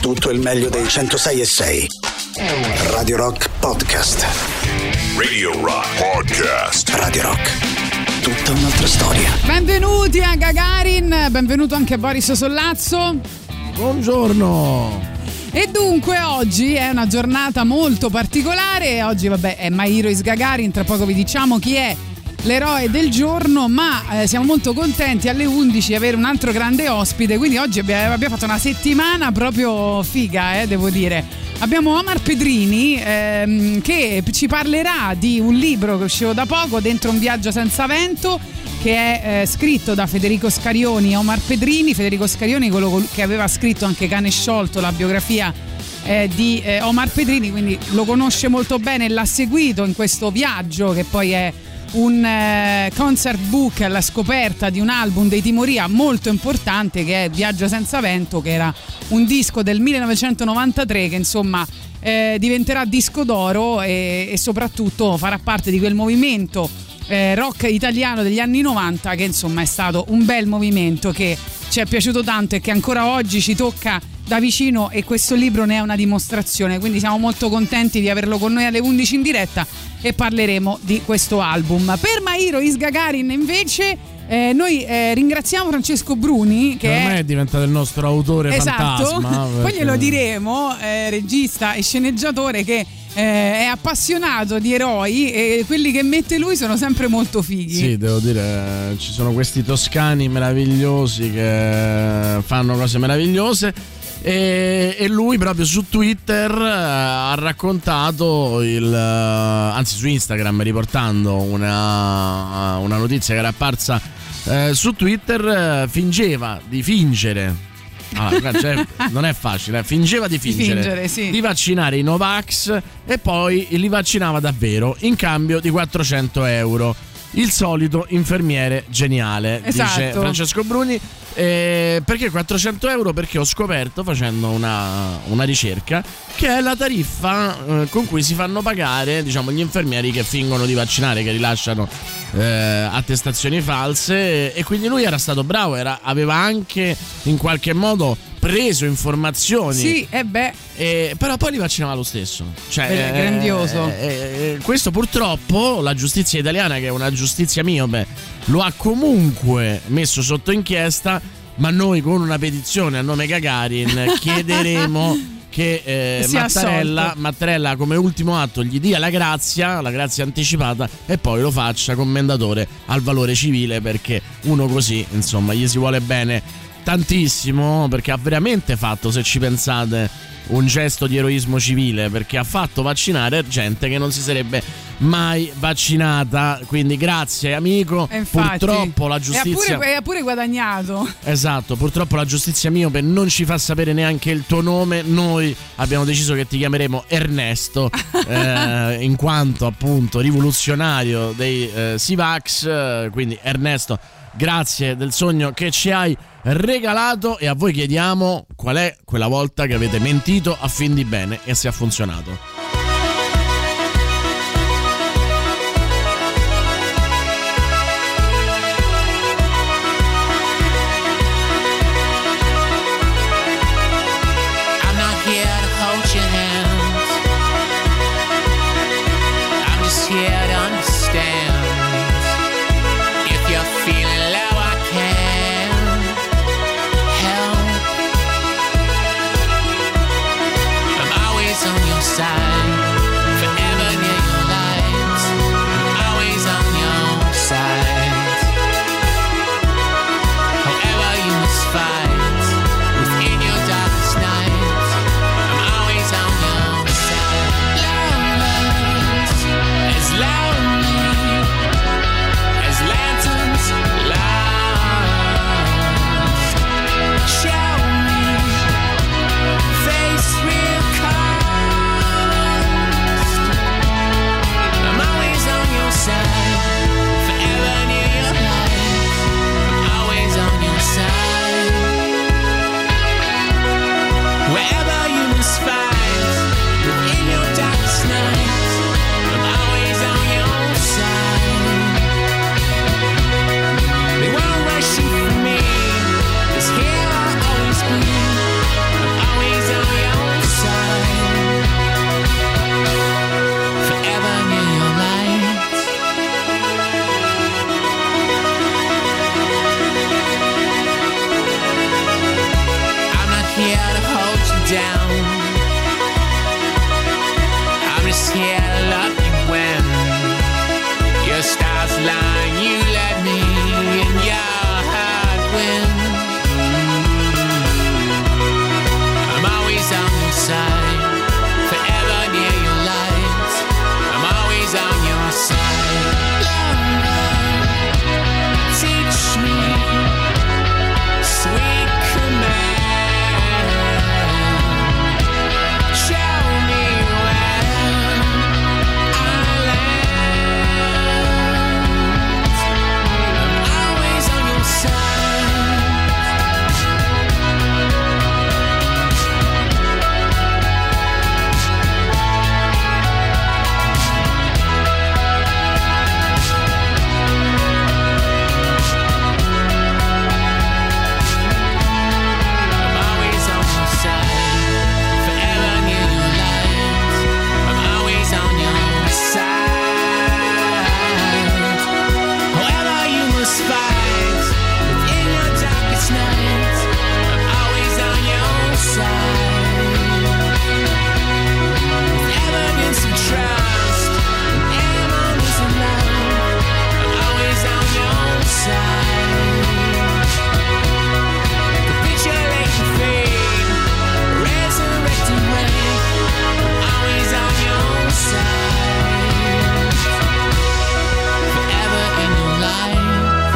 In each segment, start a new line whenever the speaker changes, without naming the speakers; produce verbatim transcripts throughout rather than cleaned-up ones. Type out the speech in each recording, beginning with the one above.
tutto il meglio dei centosei e sei. Radio Rock Podcast.
Radio Rock Podcast.
Radio Rock. Tutta un'altra storia.
Benvenuti a Gagarin, benvenuto anche a Boris Sollazzo.
Buongiorno.
E dunque oggi è una giornata molto particolare. Oggi vabbè è My Hero is Gagarin, tra poco vi diciamo chi è l'eroe del giorno, ma eh, siamo molto contenti alle undici di avere un altro grande ospite, quindi oggi abbiamo, abbiamo fatto una settimana proprio figa, eh, devo dire. Abbiamo Omar Pedrini ehm, che ci parlerà di un libro che è uscito da poco, Dentro un viaggio senza vento, che è eh, scritto da Federico Scarioni e Omar Pedrini. Federico Scarioni, quello che aveva scritto anche Cane Sciolto, la biografia eh, di eh, Omar Pedrini, quindi lo conosce molto bene e l'ha seguito in questo viaggio che poi è un eh, concert book alla scoperta di un album dei Timoria molto importante, che è Viaggio senza vento, che era un disco del millenovecentonovantatré che insomma eh, diventerà disco d'oro e, e soprattutto farà parte di quel movimento eh, rock italiano degli anni novanta che insomma è stato un bel movimento che ci è piaciuto tanto e che ancora oggi ci tocca da vicino, e questo libro ne è una dimostrazione, quindi siamo molto contenti di averlo con noi alle undici in diretta e parleremo di questo album. Per My Hero is Gagarin invece eh, noi eh, ringraziamo Francesco Bruni, che
ormai è, è diventato il nostro autore
esatto,
fantasma, perché...
poi glielo diremo, eh, regista e sceneggiatore che eh, è appassionato di eroi e quelli che mette lui sono sempre molto fighi.
Sì, devo dire, ci sono questi toscani meravigliosi che fanno cose meravigliose. E, e lui proprio su Twitter uh, ha raccontato il uh, anzi su Instagram, riportando una, uh, una notizia che era apparsa uh, su Twitter, uh, fingeva di fingere allora, cioè, non è facile, eh, fingeva di fingere,
di, fingere sì.
di vaccinare i Novax e poi li vaccinava davvero in cambio di quattrocento euro. Il solito infermiere geniale,
esatto.
Dice Francesco Bruni. Eh, perché quattrocento euro? Perché ho scoperto, facendo una, una ricerca, che è la tariffa eh, con cui si fanno pagare, diciamo, gli infermieri che fingono di vaccinare, che rilasciano eh, attestazioni false. E quindi lui era stato bravo, era, aveva anche in qualche modo preso informazioni.
Sì, e beh.
Eh, però poi li vaccinava lo stesso. Cioè,
è grandioso.
Eh, eh, questo purtroppo la giustizia italiana, che è una giustizia miope, lo ha comunque messo sotto inchiesta. Ma noi con una petizione a nome Gagarin chiederemo che eh, Mattarella, Mattarella come ultimo atto gli dia la grazia, la grazia anticipata, e poi lo faccia commendatore al valore civile, perché uno così insomma gli si vuole bene tantissimo, perché ha veramente fatto, se ci pensate, un gesto di eroismo civile, perché ha fatto vaccinare gente che non si sarebbe mai vaccinata. Quindi grazie amico. Purtroppo la giustizia
e ha pure, ha pure guadagnato.
Esatto, purtroppo la giustizia miope non ci fa sapere neanche il tuo nome. Noi abbiamo deciso che ti chiameremo Ernesto eh, in quanto appunto rivoluzionario dei eh, Sivax. Quindi Ernesto, grazie del sogno che ci hai regalato, e a voi chiediamo qual è quella volta che avete mentito a fin di bene e se ha funzionato.
Always on down. I'm just here to love you when your stars line. You let me in your heart win. I'm always on your side, forever near your light. I'm always on your side. Love, teach me sweet command. Show me where I land. I'm always on your side. I'm always on your side, forever near your light. I'm always on your side. However you must fight within your darkest night, I'm always on your side. With evidence of trust and evidence of love, I'm always on your side. Capitulating fate, resurrecting way, I'm always on your side. Forever in your life.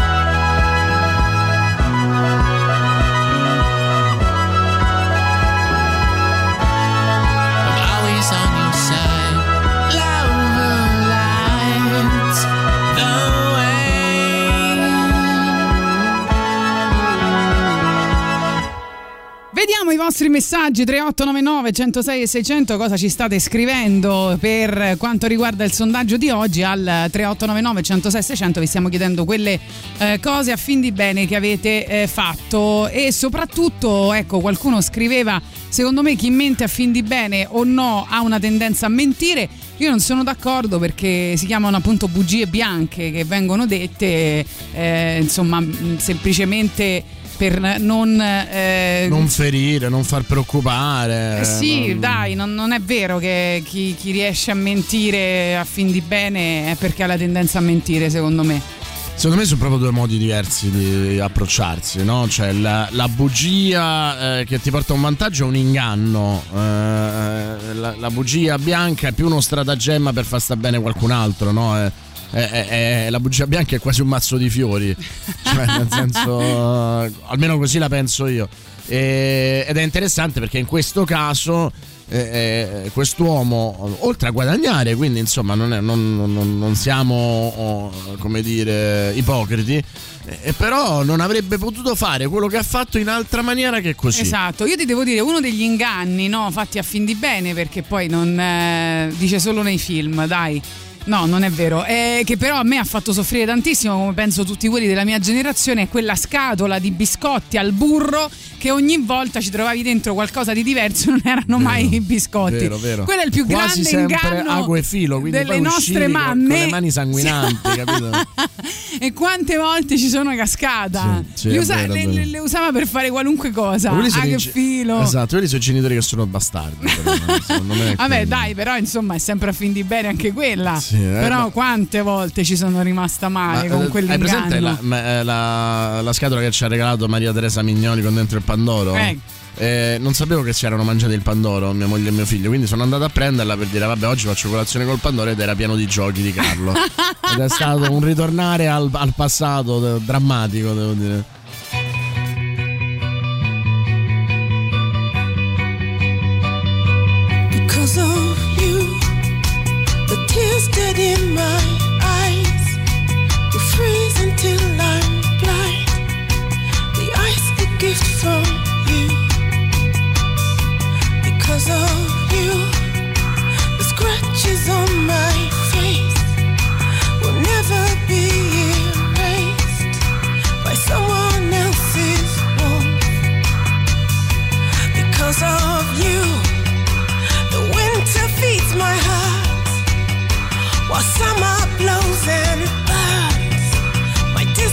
I'm always on your side. Love lights the way.
Vediamo i vostri messaggi tre otto nove nove uno zero sei e seicento, cosa ci state scrivendo per quanto riguarda il sondaggio di oggi. Al tre otto nove nove uno zero sei e seicento vi stiamo chiedendo quelle eh, cose a fin di bene che avete eh, fatto, e soprattutto, ecco, qualcuno scriveva: secondo me chi mente a fin di bene o no ha una tendenza a mentire. Io non sono d'accordo, perché si chiamano appunto bugie bianche che vengono dette eh, insomma mh, semplicemente per non eh,
Non ferire, non far preoccupare.
eh, sì,
non-
dai, non, non è vero che chi, chi riesce a mentire a fin di bene è perché ha la tendenza a mentire, secondo me.
Secondo me sono proprio due modi diversi di approcciarsi, no? Cioè la, la bugia eh, che ti porta a un vantaggio è un inganno, eh, la, la bugia bianca è più uno stratagemma per far sta bene qualcun altro, no? È, è- è- è- la bugia bianca è quasi un mazzo di fiori, cioè nel senso, eh, almeno così la penso io. E- ed è interessante perché in questo caso eh, eh, quest'uomo, oltre a guadagnare, quindi insomma non, è- non- non- non siamo oh, come dire ipocriti, eh, però non avrebbe potuto fare quello che ha fatto in altra maniera che così.
Esatto, io ti devo dire, uno degli inganni, no, fatti a fin di bene, perché poi non eh, dice solo nei film, dai. No, non è vero. Eh, che però a me ha fatto soffrire tantissimo, come penso tutti quelli della mia generazione, è quella scatola di biscotti al burro che ogni volta ci trovavi dentro qualcosa di diverso, non erano
Vero,
mai i biscotti.
vero, vero.
Quello è il più
Quasi
grande
sempre
inganno
ago e filo, quindi
delle
poi
nostre
uscivi con-
mamme.
con le mani sanguinanti, capito?
E quante volte ci sono cascata?
Sì, sì,
le,
è
usa-
vero, è
le-
vero.
le- le usava per fare qualunque cosa.
Quelli sono
Ah,
i
che
ge-
filo.
Esatto, quelli sono i genitori che sono bastardi. Però, no? Secondo me è
Vabbè,
quello.
dai, però insomma è sempre a fin di bene anche quella.
Sì, eh,
però
ma-
quante volte ci sono rimasta male
Ma,
con
eh,
quell'inganno.
hai presente la, ma- eh, la, la scatola che ci ha regalato Maria Teresa Mignoli con dentro il pandoro?
Eh.
Eh, non sapevo che si erano mangiati il pandoro mia moglie e mio figlio, quindi sono andato a prenderla per dire vabbè, oggi faccio colazione col pandoro, ed era pieno di giochi di Carlo. Ed è stato un ritornare al, al passato eh, drammatico, devo dire.
Because of you, the tears dead in my eyes will freeze until I'm blind. The ice, a gift from you. Because of you, the scratches on my face will never be erased by someone else's warmth. Because of you, the winter feeds my heart while summer blows and burns my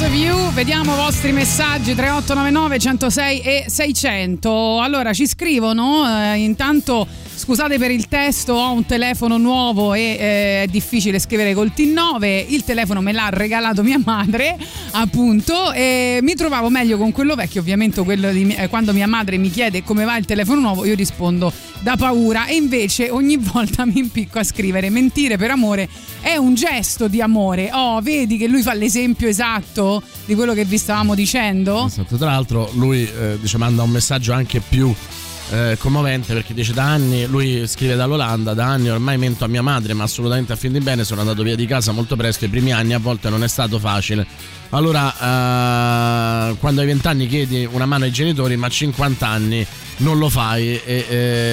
of You. Vediamo i vostri messaggi tre otto nove nove uno zero sei e seicento. Allora ci scrivono, eh, intanto scusate per il testo, ho un telefono nuovo e eh, è difficile scrivere col T nove, il telefono me l'ha regalato mia madre, appunto, e mi trovavo meglio con quello vecchio, ovviamente quello di, eh, quando mia madre mi chiede come va il telefono nuovo io rispondo da paura, e invece ogni volta mi impicco a scrivere mentire per amore è un gesto di amore. Oh, vedi che lui fa l'esempio esatto di quello che vi stavamo dicendo.
Esatto. Tra l'altro lui eh, dice, manda un messaggio anche più Eh, commovente, perché dice: da anni, lui scrive dall'Olanda, da anni ormai mento a mia madre, ma assolutamente a fin di bene, sono andato via di casa molto presto, i primi anni a volte non è stato facile. Allora eh, quando hai venti anni chiedi una mano ai genitori, ma a cinquanta anni non lo fai, e,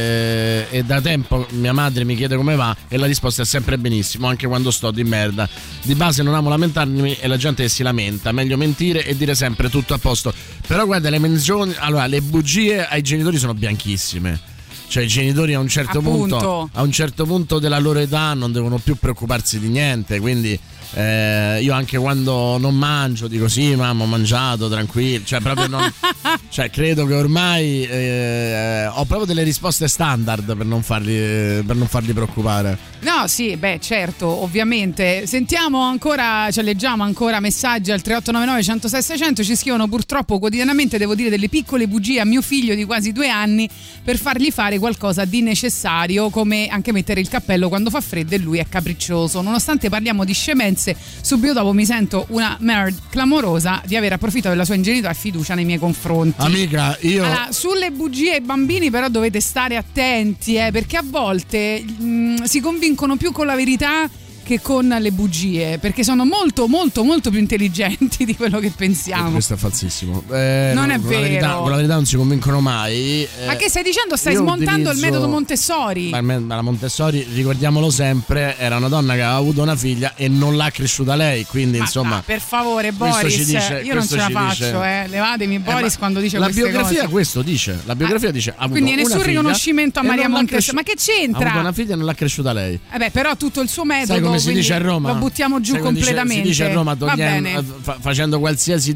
e, e da tempo mia madre mi chiede come va e la risposta è sempre benissimo, anche quando sto di merda. Di base non amo lamentarmi e la gente che si lamenta, meglio mentire e dire sempre tutto a posto. Però guarda, le menzioni, allora le bugie ai genitori sono bianchissime. Cioè i genitori a un certo
Appunto.
punto a un certo punto della loro età non devono più preoccuparsi di niente, quindi eh, io anche quando non mangio dico sì mamma ho mangiato, tranquillo, cioè proprio non cioè credo che ormai eh, ho proprio delle risposte standard per non farli per non farli preoccupare.
No, sì, beh, certo, ovviamente. Sentiamo ancora, cioè leggiamo ancora messaggi al tre otto nove nove uno zero sei seicento. Ci scrivono: purtroppo quotidianamente devo dire delle piccole bugie a mio figlio di quasi due anni per fargli fare qualcosa di necessario, come anche mettere il cappello quando fa freddo e lui è capriccioso. Nonostante parliamo di scemenze, subito dopo mi sento una nerd clamorosa di aver approfittato della sua ingenuità e fiducia nei miei confronti.
Amica, io
allora, sulle bugie ai bambini però dovete stare attenti, eh, perché a volte mh, si convincono più con la verità che con le bugie, perché sono molto molto molto più intelligenti di quello che pensiamo.
Questo è falsissimo. Eh,
non
no,
è
con
vero.
La verità, con la verità non si convincono mai. Eh,
Ma che stai dicendo? Stai
io
smontando
utilizzo...
il metodo Montessori.
Ma, ma la Montessori, ricordiamolo sempre, era una donna che aveva avuto una figlia e non l'ha cresciuta lei, quindi
ma,
insomma.
Ma per favore,
questo
Boris,
ci dice,
io non ce la faccio,
dice...
eh. Levatemi Boris
eh,
quando dice
la
queste
biografia
cose.
questo dice. La biografia
ah,
dice ha avuto
quindi
una
nessun
figlia
riconoscimento a Maria Montessori. Ma che c'entra?
Ha avuto una figlia e non l'ha cresciuta lei.
Eh beh, però tutto il suo metodo.
Sai come si dice a Roma?
Lo buttiamo giù
Sai come
completamente.
Si dice a Roma, togliendo, fa, facendo qualsiasi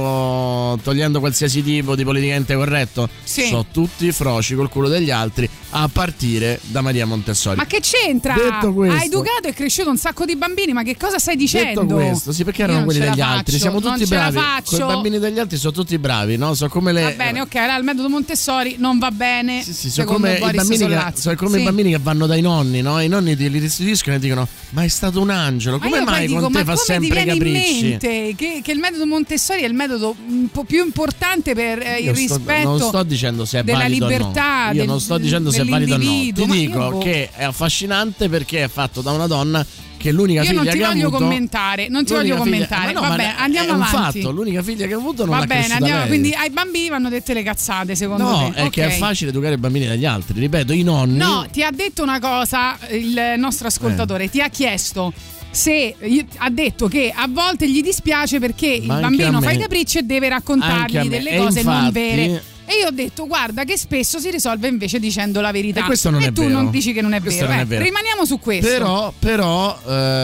tipo, togliendo qualsiasi tipo di politicamente corretto.
Sì.
Sono tutti froci col culo degli altri, a partire da Maria Montessori.
Ma che c'entra?
Detto questo,
ha educato e cresciuto un sacco di bambini, ma che cosa stai dicendo?
Detto questo, sì, perché erano quelli degli altri. Siamo tutti bravi. Con i bambini degli altri sono tutti bravi, no? So come le.
Va bene, ok, allora il metodo Montessori non va bene.
Sì, sì, sono come, i bambini, che, sono come
sì.
i bambini che vanno dai nonni, no? I nonni li restituiscono e dicono: ma è stato un angelo, come mai
dico,
con te fa sempre capricci?
In mente che, che il metodo Montessori è il metodo un po' più importante per eh, il
sto,
rispetto
non sto dicendo se è
della
valido
libertà,
o no. Io
del,
non sto dicendo se è valido o no. Ti dico
io...
che è affascinante perché è fatto da una donna che è l'unica
io
figlia
non ti
che ha
voglio
avuto.
commentare, non ti voglio
figlia,
commentare.
no,
Va bene, andiamo
è
avanti.
È un fatto, l'unica figlia che ha avuto non
Va
l'ha
bene,
cresciuta
andiamo,
lei.
quindi ai bambini vanno dette le cazzate, secondo
no,
te?
No, è
okay.
che è facile educare i bambini dagli altri. Ripeto, i nonni.
No, ti ha detto una cosa il nostro ascoltatore, eh. ti ha chiesto se ha detto che a volte gli dispiace perché
Ma
il bambino
me,
fa i capricci e deve raccontargli delle
e
cose
infatti,
non vere. E io ho detto guarda che spesso si risolve invece dicendo la verità.
E questo non
e
è
tu
vero.
non dici che non è
questo
vero.
Non
eh,
è vero.
Rimaniamo su questo.
Però, però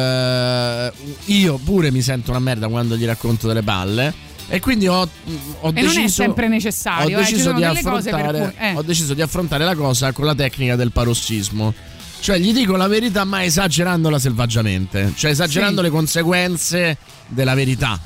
eh, io pure mi sento una merda quando gli racconto delle palle. E quindi ho, ho
e
deciso.
non è sempre necessario.
Ho deciso,
eh,
di
delle cose per
affrontare,
cui, eh.
ho deciso di affrontare la cosa con la tecnica del parossismo. Cioè gli dico la verità ma esagerandola selvaggiamente. Cioè esagerando sì. le conseguenze della verità.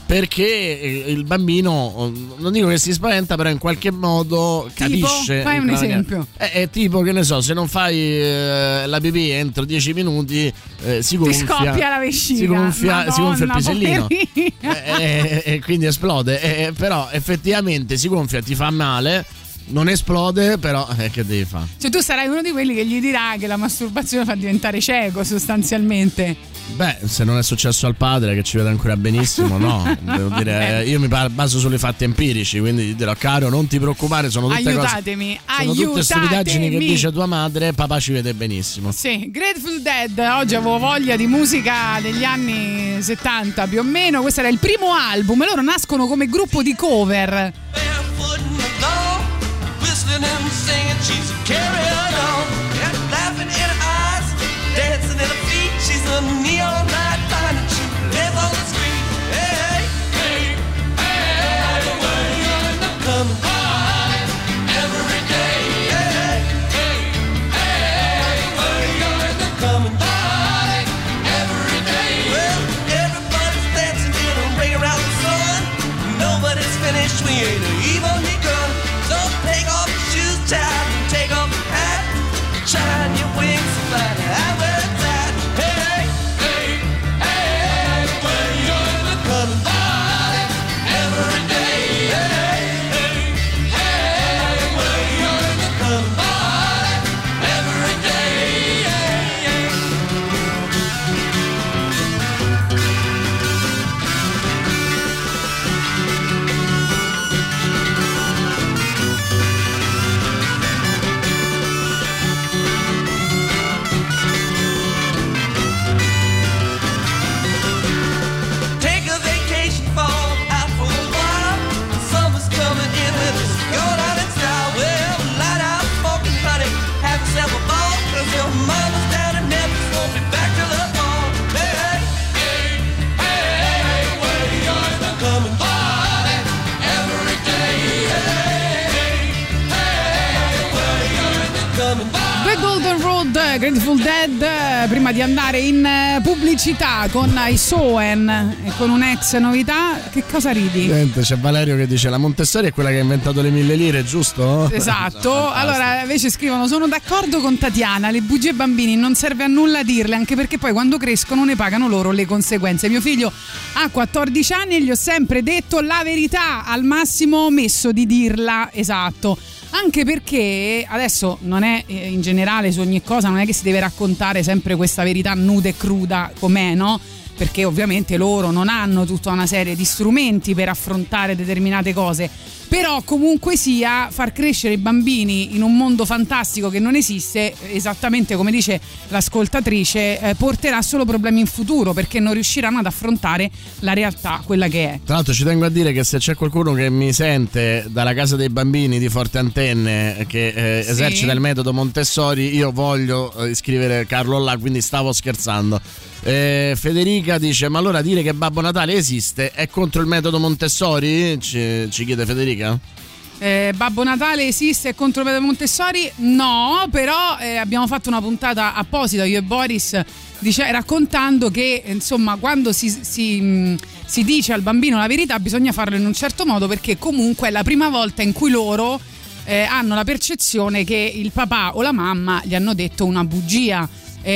Perché il bambino, non dico che si spaventa, però in qualche modo
tipo,
capisce.
Fai un esempio.
È, è tipo, che ne so, se non fai eh, la pipì entro dieci minuti eh, si gonfia.
Ti scoppia la vescica.
Si gonfia,
Madonna,
si gonfia il pisellino. E eh, eh, quindi esplode. Eh, però effettivamente si gonfia, ti fa male. Non esplode, però eh, che devi fare?
Cioè tu sarai uno di quelli che gli dirà che la masturbazione fa diventare cieco sostanzialmente.
Beh, se non è successo al padre che ci vede ancora benissimo, no. Devo dire, io mi baso sulle fatti empirici, quindi gli dirò caro, non ti preoccupare, sono tutte
aiutatemi,
cose, sono
aiutatemi.
tutte stupidaggini che dice tua madre, papà ci vede benissimo.
Sì, Grateful Dead, oggi avevo voglia di musica degli anni settanta più o meno, questo era il primo album e loro nascono come gruppo di cover.
And singing, she's carrying on, and laughing in her eyes, dancing in her feet. She's a neon light, finding she live on the street. Hey, hey,
Grateful Dead, eh, prima di andare in eh, pubblicità con i Soen e con un'ex novità. Che cosa ridi?
Niente, c'è Valerio che dice la Montessori è quella che ha inventato le mille lire, giusto?
Esatto. Allora invece scrivono: sono d'accordo con Tatiana, le bugie ai bambini non serve a nulla dirle, anche perché poi quando crescono ne pagano loro le conseguenze. Mio figlio ha quattordici anni e gli ho sempre detto la verità, al massimo ho omesso di dirla. Esatto. Anche perché adesso non è eh, in generale su ogni cosa, non è che si deve raccontare sempre questa verità nuda e cruda com'è, no? Perché ovviamente loro non hanno tutta una serie di strumenti per affrontare determinate cose. Però comunque sia, far crescere i bambini in un mondo fantastico che non esiste, esattamente come dice l'ascoltatrice, eh, porterà solo problemi in futuro, perché non riusciranno ad affrontare la realtà, quella che è.
Tra l'altro ci tengo a dire che se c'è qualcuno che mi sente dalla casa dei bambini di Forte Antenne che eh,
Sì.
esercita il metodo Montessori, io voglio eh, iscrivere Carlo là, quindi stavo scherzando. Eh, Federica dice: ma allora dire che Babbo Natale esiste è contro il metodo Montessori? Ci, ci chiede Federica.
Eh, Babbo Natale esiste contro il metodo Montessori? No, però eh, abbiamo fatto una puntata apposita io e Boris dice, raccontando che insomma quando si, si, mh, si dice al bambino la verità bisogna farlo in un certo modo, perché comunque è la prima volta in cui loro eh, hanno la percezione che il papà o la mamma gli hanno detto una bugia.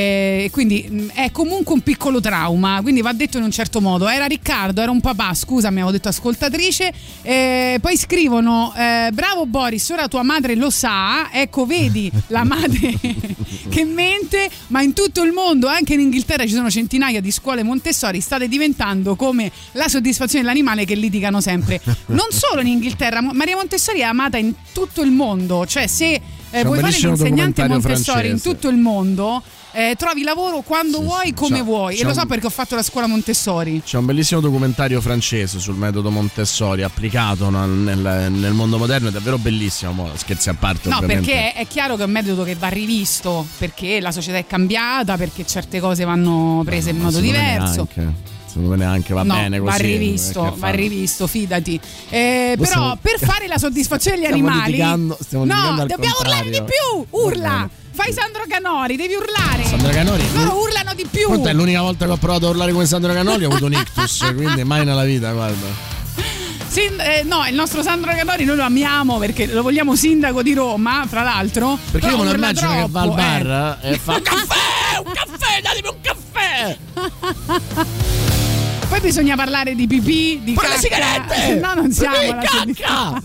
E quindi mh, è comunque un piccolo trauma, quindi va detto in un certo modo. Era Riccardo, era un papà, scusami, avevo detto ascoltatrice. E poi scrivono: eh, bravo Boris, ora tua madre lo sa. Ecco, vedi la madre che mente. Ma in tutto il mondo, anche in Inghilterra, ci sono centinaia di scuole Montessori. State diventando come la soddisfazione dell'animale, che litigano sempre. Non solo in Inghilterra, Maria Montessori è amata in tutto il mondo. Cioè se eh, vuoi fare l'insegnante Montessori in tutto il mondo, Eh, trovi lavoro quando sì, vuoi, come
c'è,
vuoi.
c'è
E lo so
un...
perché ho fatto la scuola Montessori.
C'è un bellissimo documentario francese sul metodo Montessori applicato no, nel, nel mondo moderno, è davvero bellissimo. Mo, scherzi a parte,
no,
ovviamente.
Perché è chiaro che è un metodo che va rivisto, perché la società è cambiata, perché certe cose vanno prese no, in modo diverso.
Secondo me neanche va
no,
bene così.
Va rivisto, va rivisto, fidati. Eh, però
stiamo...
per fare la soddisfazione degli
stiamo
animali,
litigando, stiamo
no,
litigando al
dobbiamo
contrario.
urlare di più. Urla! Fai Sandro Canori, devi urlare.
Sandro Canori?
Loro urlano di più.
È l'unica volta che ho provato a urlare come Sandro Canori ho avuto un ictus, quindi mai nella vita, guarda.
Sì, eh, no, il nostro Sandro Canori noi lo amiamo perché lo vogliamo sindaco di Roma, tra l'altro.
Perché io me lo immagino
troppo,
che va al bar
eh.
e fa un caffè, un caffè, datemi un caffè.
Poi bisogna parlare di pipì, di
per
cacca.
le sigarette.
No, non siamo
pipì,
alla
cacca.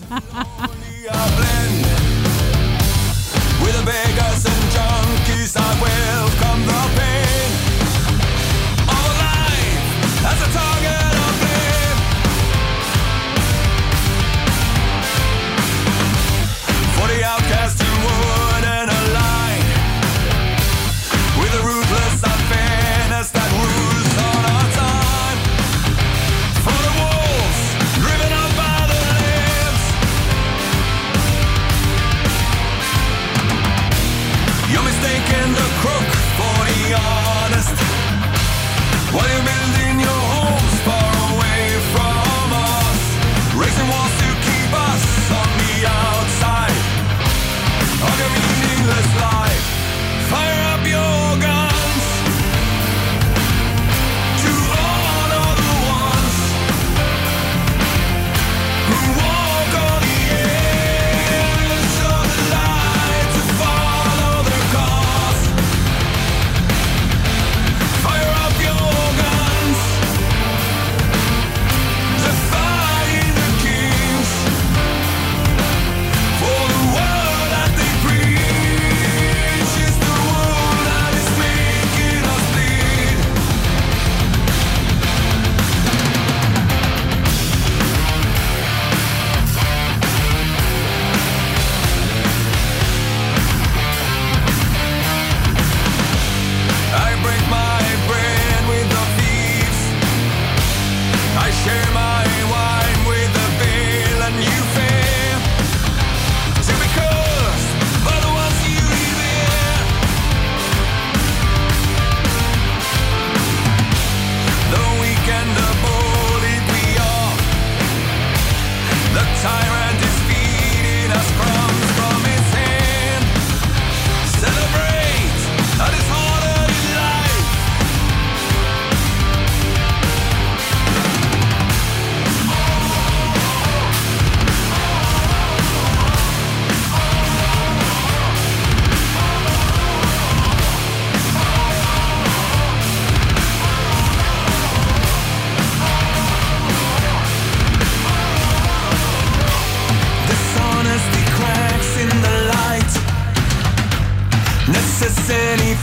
With the beggars and junkies, I welcome the pain of life as a target of blame. For the outcast who wouldn't align with the ruthless unfairness that rules on our time. For the wolves driven up by the lambs. You're mistaken the crow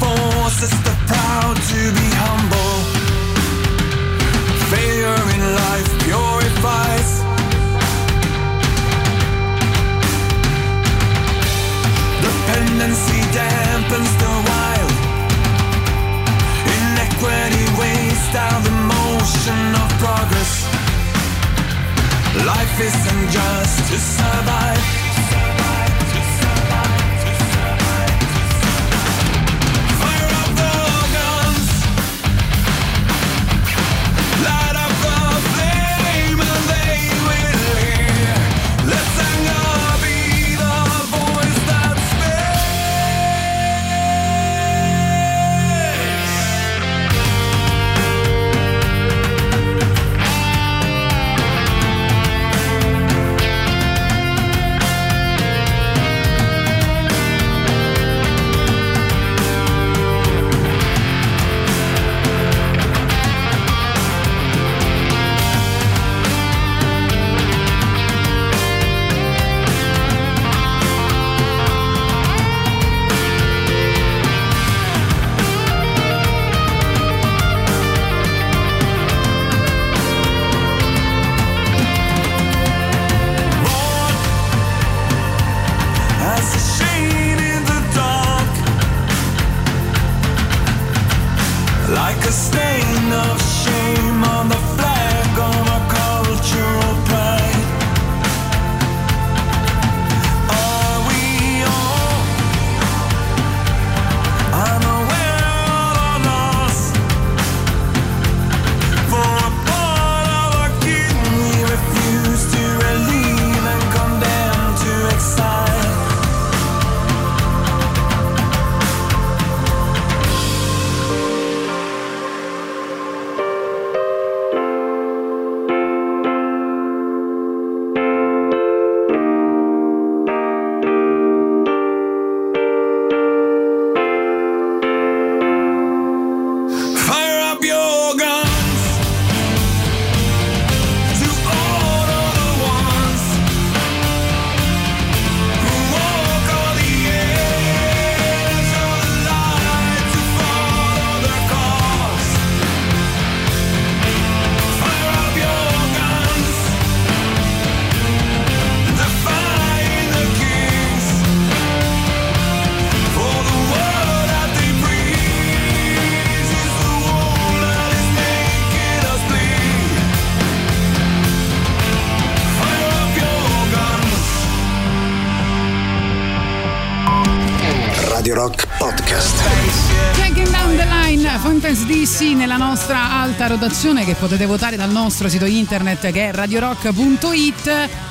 forces the proud to be humble. Failure in life purifies. Dependency dampens the wild. Inequity weighs down the motion of progress. Life isn't just to survive.
Rock Podcast.
Checking Down the Line, Fountains D C nella nostra alta rotazione che potete votare dal nostro sito internet che è radio rock punto it.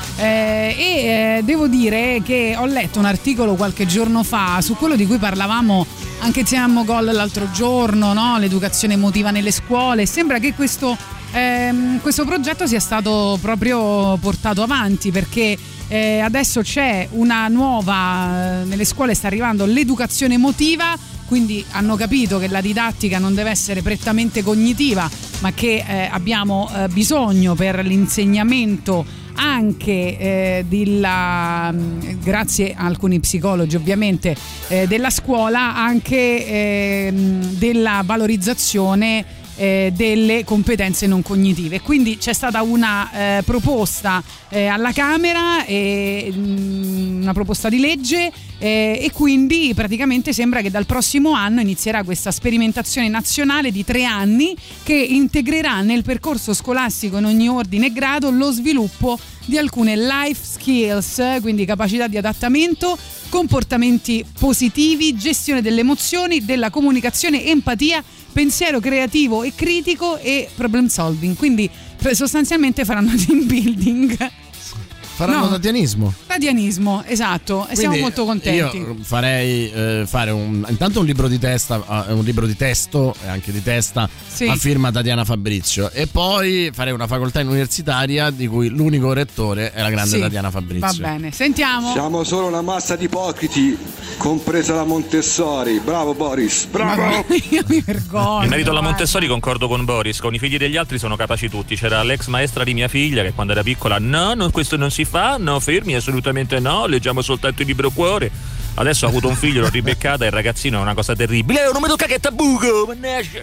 Eh, e eh, devo dire che ho letto un articolo qualche giorno fa su quello di cui parlavamo anche insieme a Mogol l'altro giorno, no? L'educazione emotiva nelle scuole. Sembra che questo, ehm, questo progetto sia stato proprio portato avanti, perché Eh, adesso c'è una nuova, eh, nelle scuole sta arrivando l'educazione emotiva, quindi hanno capito che la didattica non deve essere prettamente cognitiva, ma che eh, abbiamo eh, bisogno per l'insegnamento anche eh, della, grazie a alcuni psicologi ovviamente, eh, della scuola, anche eh, della valorizzazione Eh, delle competenze non cognitive. Quindi c'è stata una eh, proposta eh, alla Camera, eh, una proposta di legge eh, e quindi praticamente sembra che dal prossimo anno inizierà questa sperimentazione nazionale di tre anni che integrerà nel percorso scolastico in ogni ordine e grado lo sviluppo di alcune life skills, quindi capacità di adattamento, comportamenti positivi, gestione delle emozioni, della comunicazione, empatia, pensiero creativo e critico e problem solving. Quindi sostanzialmente faranno team building.
Faranno
no,
tatianismo.
Tatianismo, esatto. E
Quindi
siamo molto contenti.
Io farei eh, fare un, intanto un libro di testa, un libro di testo e anche di testa
sì.
a firma Tatiana Fabrizio, e poi farei una facoltà universitaria di cui l'unico rettore è la grande
sì.
Tatiana Fabrizio.
Va bene, sentiamo.
Siamo solo una massa di ipocriti, compresa la Montessori. Bravo Boris, bravo.
Io mi vergogno.
In merito alla
guarda.
Montessori concordo con Boris, con i figli degli altri sono capaci tutti. C'era l'ex maestra di mia figlia che quando era piccola no, no questo non si fa, no fermi, assolutamente no, leggiamo soltanto il libro cuore. Adesso ho avuto un figlio, l'ho ribeccata e il ragazzino è una cosa terribile. Eh, non mi tocca che tabuco, mannaggia.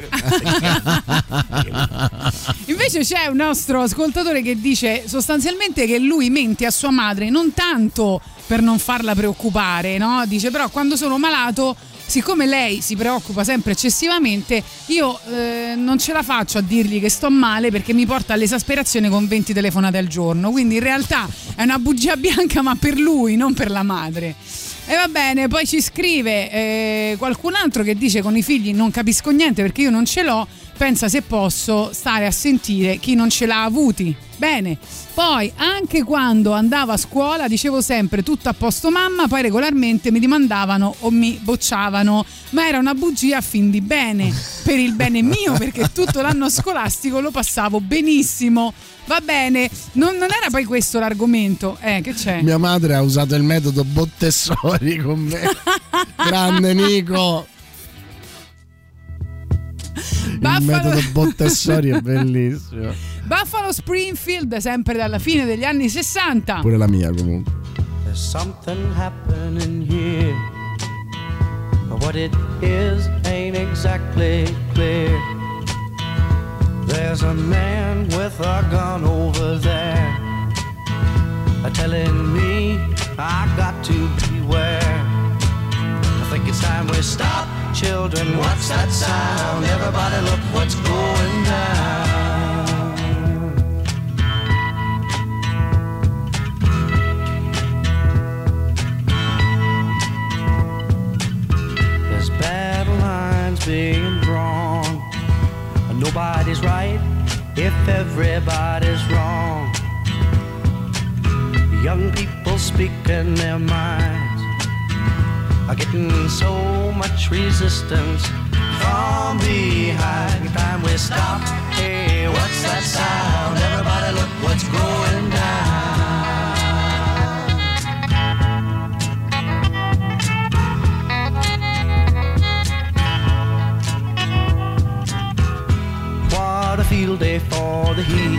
Invece c'è un nostro ascoltatore che dice sostanzialmente che lui mente a sua madre non tanto per non farla preoccupare, no? Dice però quando sono malato, siccome lei si preoccupa sempre eccessivamente, io eh, non ce la faccio a dirgli che sto male perché mi porta all'esasperazione con venti telefonate al giorno. Quindi in realtà è una bugia bianca, ma per lui, non per la madre. E va bene, poi ci scrive eh, qualcun altro che dice con i figli non capisco niente perché io non ce l'ho, pensa se posso stare a sentire chi non ce l'ha avuti. Bene, poi anche quando andavo a scuola dicevo sempre tutto a posto mamma, poi regolarmente mi rimandavano o mi bocciavano, ma era una bugia a fin di bene, per il bene mio, perché tutto l'anno scolastico lo passavo benissimo. Va bene, non, non era poi questo l'argomento, eh, che c'è?
Mia madre ha usato il metodo Bottessori con me. Grande Nico. Il
Buffalo...
metodo Bottessori è bellissimo.
Buffalo Springfield, sempre dalla fine degli anni sessanta.
Pure la mia comunque.
There's something happening here, but what it is ain't exactly clear. There's a man with a gun over there, telling me I got to beware. I think it's time we stop, children. What's that sound? Everybody look what's going down. There's battle lines being drawn. Nobody's right if everybody's wrong. Young people speaking their minds are getting so much resistance from behind. Time we stop. Hey, what's that sound? Everybody look what's going down. What a field day for the heat.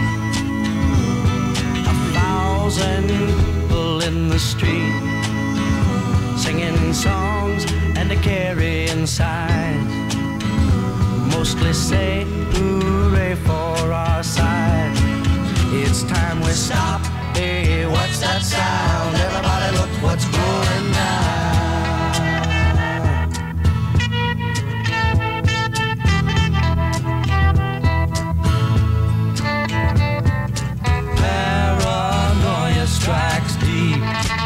A thousand people in the street, singing songs and a carrying signs. Mostly say hooray for our side. It's time we stop. Hey, what's that sound? Everybody look what's going down. Paranoia strikes deep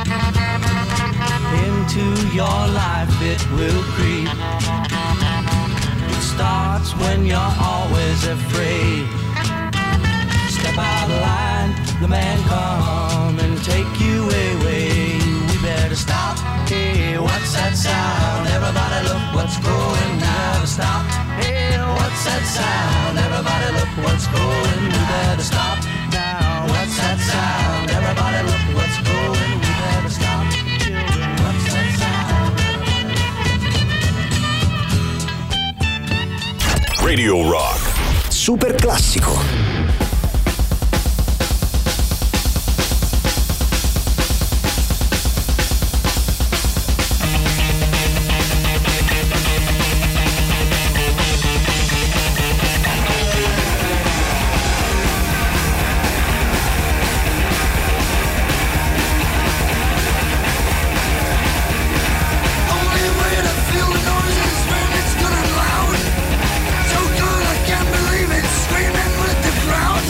into your life, it will creep. It starts when you're always afraid. Step out of line, the man come and take you away. We better stop. Hey, what's that sound? Everybody look what's going down. Stop. Hey, what's that sound? Everybody look what's going. We better stop now. What's that sound? Everybody look what's going. We better stop. Children, what's that sound?
Radio Rock.
Super classico.
Screaming with the crowd.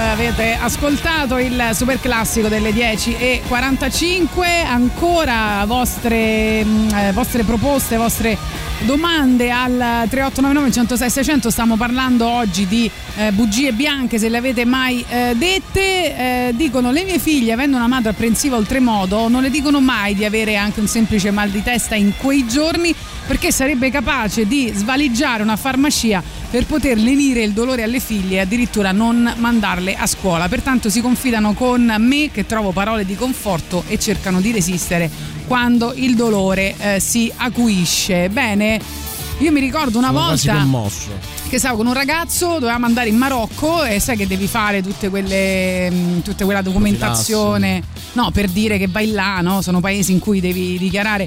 avete ascoltato il super classico delle dieci e quarantacinque. Ancora vostre, eh, vostre proposte, vostre domande al tre otto nove nove uno zero sei sei zero zero. Stiamo parlando oggi di eh, bugie bianche, se le avete mai eh, dette. Eh, dicono: le mie figlie, avendo una madre apprensiva oltremodo, non le dicono mai di avere anche un semplice mal di testa in quei giorni, perché sarebbe capace di svaligiare una farmacia per poter lenire il dolore alle figlie e addirittura non mandarle a scuola. Pertanto si confidano con me, che trovo parole di conforto, e cercano di resistere quando il dolore eh, si acuisce. Bene, io mi ricordo una
Sono
volta
quasi commosso.
che stavo con un ragazzo, dovevamo andare in Marocco e sai che devi fare tutte quelle mh, tutta quella documentazione, no, per dire che vai là, no? Sono paesi in cui devi dichiarare.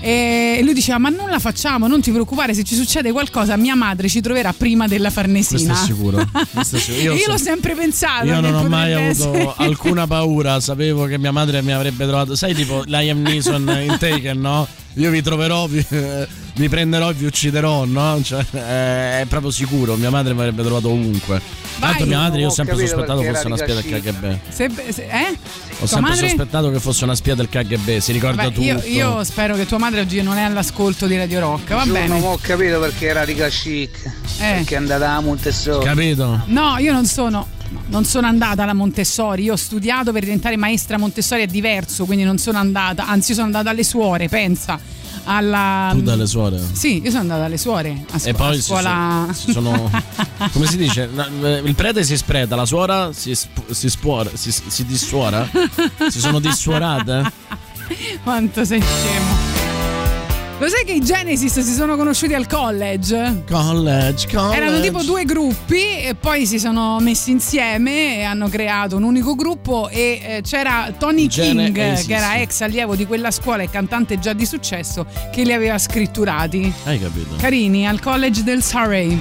E lui diceva: ma non la facciamo, non ti preoccupare, se ci succede qualcosa mia madre ci troverà prima della Farnesina.
Questo è sicuro, questo è sicuro. Io,
io
so,
l'ho sempre pensato.
Io non ho mai
essere...
avuto alcuna paura, sapevo che mia madre mi avrebbe trovato, sai, tipo Liam Neeson in Taken, no? Io vi troverò, vi, vi prenderò e vi ucciderò, no? Cioè, è proprio sicuro, mia madre mi avrebbe trovato ovunque. Tanto mia madre io ho sempre sospettato fosse una spia del K G B.
Se, se, eh?
Ho tua sempre madre? sospettato che fosse una spia del K G B, si ricorda
Vabbè,
tutto.
Io, io spero che tua madre oggi non è all'ascolto di Radio Rock, va bene.
Non ho capito perché era riga chic, eh. perché è andata a Montessori.
Capito?
No, io non sono... No, non sono andata alla Montessori, io ho studiato per diventare maestra Montessori, è diverso, quindi non sono andata, anzi io sono andata alle suore, pensa. Alla...
Tu dalle suore?
Sì, io sono andata alle suore a, scu-
e poi
a scuola.
Si sono, si sono come si dice? Il prete si spreta, la suora si, sp- si spuora, si, si dissuora? Si sono dissuorate?
Quanto sei scemo. Lo sai che i Genesis si sono conosciuti al college?
College, college.
Erano tipo due gruppi e poi si sono messi insieme e hanno creato un unico gruppo e eh, c'era Tony King, Genesis, che era ex allievo di quella scuola e cantante già di successo, che li aveva scritturati.
Hai capito?
Carini, al college del Surrey.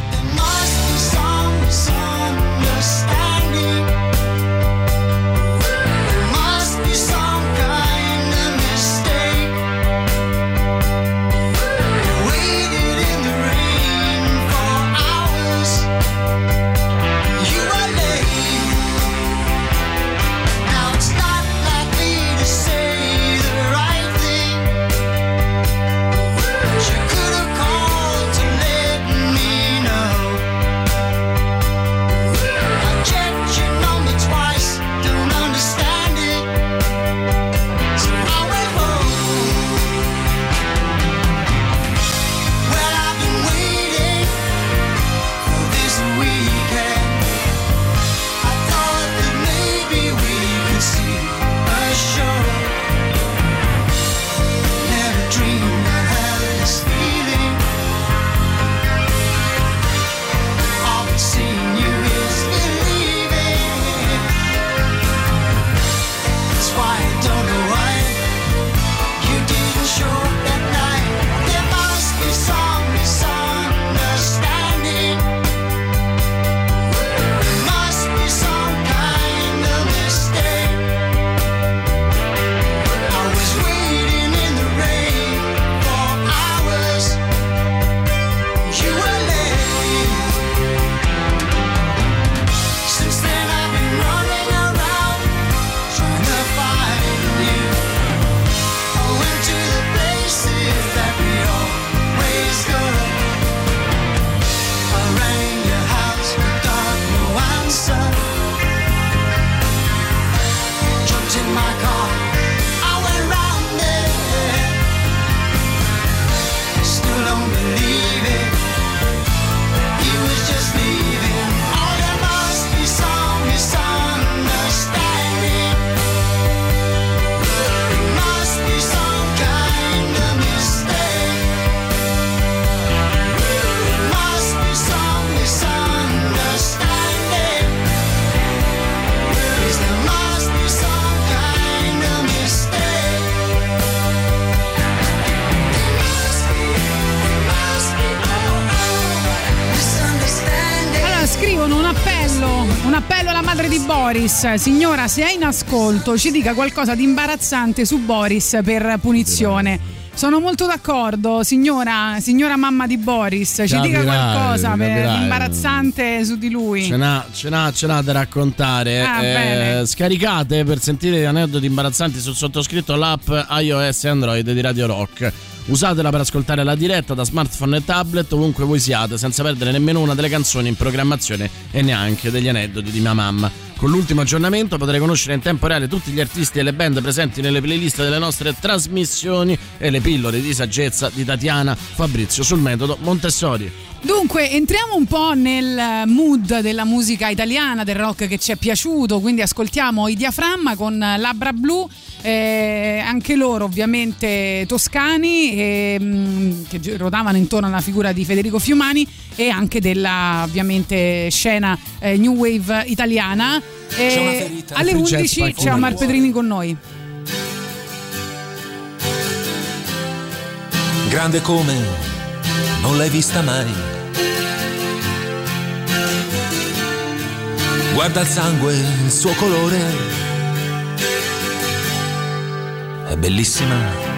Boris, signora, se è in ascolto ci dica qualcosa di imbarazzante su Boris per punizione. Sono molto d'accordo, signora, signora mamma di Boris. Ci
Capirai,
dica qualcosa per
capirai.
imbarazzante su di lui.
Ce n'ha, ce n'ha, ce n'ha da raccontare.
Ah, bene.
Scaricate per sentire aneddoti imbarazzanti sul sottoscritto l'app iOS e Android di Radio Rock. Usatela per ascoltare la diretta da smartphone e tablet ovunque voi siate, senza perdere nemmeno una delle canzoni in programmazione e neanche degli aneddoti di mia mamma. Con l'ultimo aggiornamento potrai conoscere in tempo reale tutti gli artisti e le band presenti nelle playlist delle nostre trasmissioni e le pillole di saggezza di Tatiana Fabrizio sul metodo Montessori.
Dunque, entriamo un po' nel mood della musica italiana, del rock che ci è piaciuto, quindi ascoltiamo i Diaframma con Labbra Blu, eh, anche loro ovviamente toscani, eh, mh, che ruotavano intorno alla figura di Federico Fiumani e anche della ovviamente scena eh, new wave italiana. Eh, alle undici c'è Omar Pedrini con noi.
Grande come non l'hai vista mai. Guarda il sangue, il suo colore, è bellissima.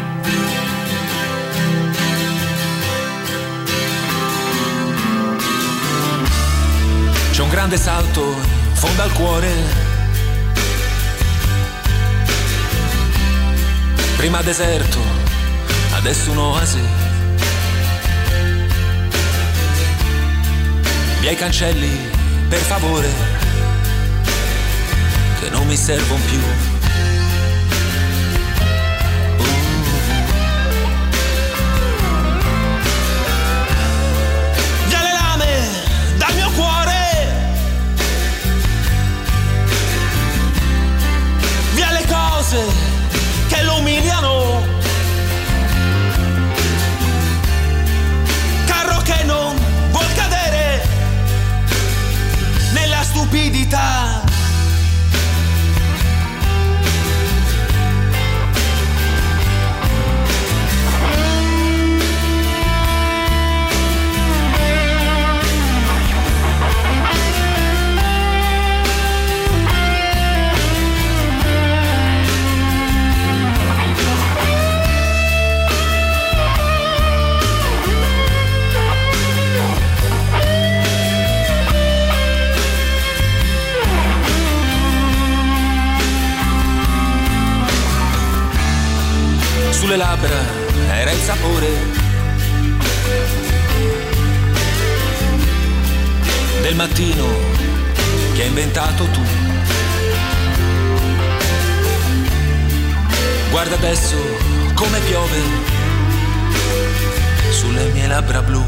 C'è un grande salto in fondo al cuore, prima deserto, adesso un'oasi. Via i cancelli, per favore, che non mi servono più. Uh. Via le lame dal mio cuore, via le cose che lo umiliano, carro che non vuol cadere nella stupidità. Sulle labbra era il sapore del mattino che hai inventato tu. Guarda adesso come piove sulle mie labbra blu.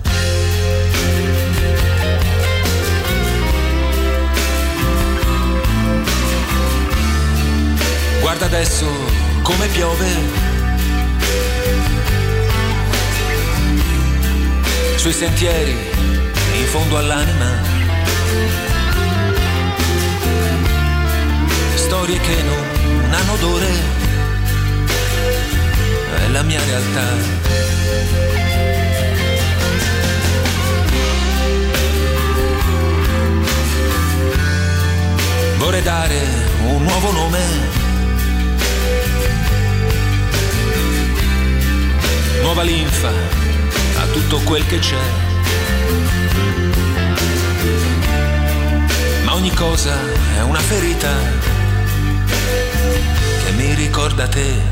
Guarda adesso come piove sui sentieri in fondo all'anima. Storie che non hanno odore, è la mia realtà. Vorrei dare un nuovo nome, nuova linfa a tutto quel che c'è, ma ogni cosa è una ferita che mi ricorda te.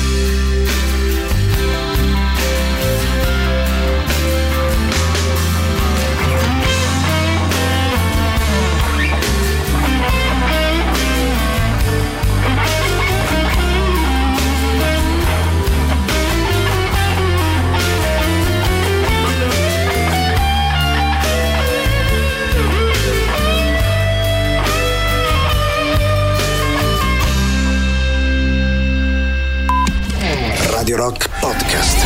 Radio Rock Podcast.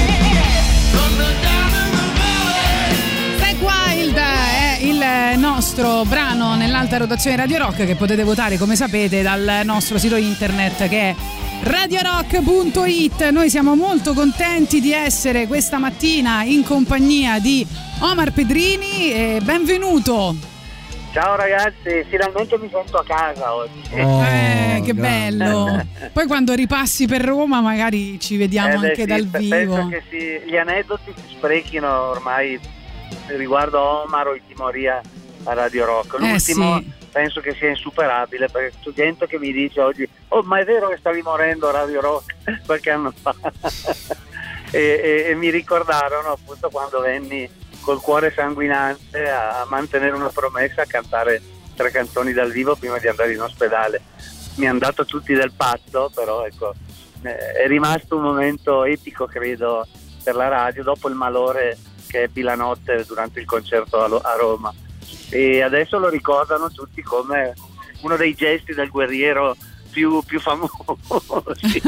Zack Wild è il nostro brano nell'alta rotazione Radio Rock, che potete votare, come sapete, dal nostro sito internet che è radio rock punto it. Noi siamo molto contenti di essere questa mattina in compagnia di Omar Pedrini e benvenuto.
Ciao ragazzi, finalmente mi sento a casa oggi.
Oh, eh, che bello. Poi quando ripassi per Roma magari ci vediamo
eh,
anche
sì,
dal vivo.
Penso che sì, gli aneddoti si sprechino ormai riguardo Omar o Timoria a Radio Rock. L'ultimo eh, sì. penso che sia insuperabile, perché c'è gente che mi dice oggi: oh, ma è vero che stavi morendo a Radio Rock qualche anno fa? e, e, e mi ricordarono appunto quando venni col cuore sanguinante a mantenere una promessa, a cantare tre canzoni dal vivo prima di andare in ospedale. Mi hanno dato tutti del pazzo, però ecco, è rimasto un momento epico, credo, per la radio, dopo il malore che ebbi la notte durante il concerto a Roma. E adesso lo ricordano tutti come uno dei gesti del guerriero più, più famosi.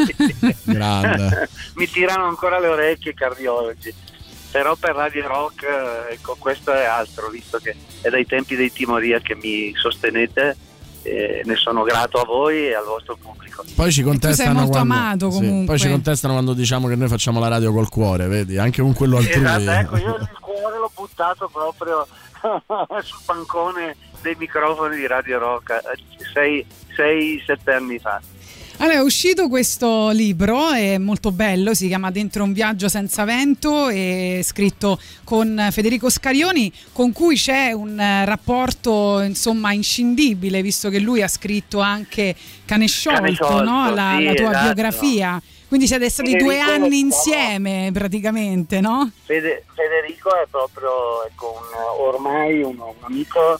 Grande.
Mi tirano ancora le orecchie i cardiologi. Però per Radio Rock, ecco, questo è altro, visto che è dai tempi dei Timoria che mi sostenete, e ne sono grato a voi e al vostro pubblico.
Poi ci contestano,
tu sei molto
quando,
amato comunque.
Sì, poi ci contestano quando diciamo che noi facciamo la radio col cuore, vedi? Anche con quello altrui.
Esatto, ecco, io il cuore l'ho buttato proprio sul pancone dei microfoni di Radio Rock sei, sei, sette anni fa.
Allora, è uscito questo libro, è molto bello, si chiama Dentro un viaggio senza vento, è scritto con Federico Scarioni, con cui c'è un rapporto insomma inscindibile, visto che lui ha scritto anche Cane sciolto, Cane sciolto no? la, sì, la tua esatto. biografia. Quindi siete stati Federico due anni insieme praticamente, no?
Fede, Federico è proprio ecco, un, ormai un, un amico,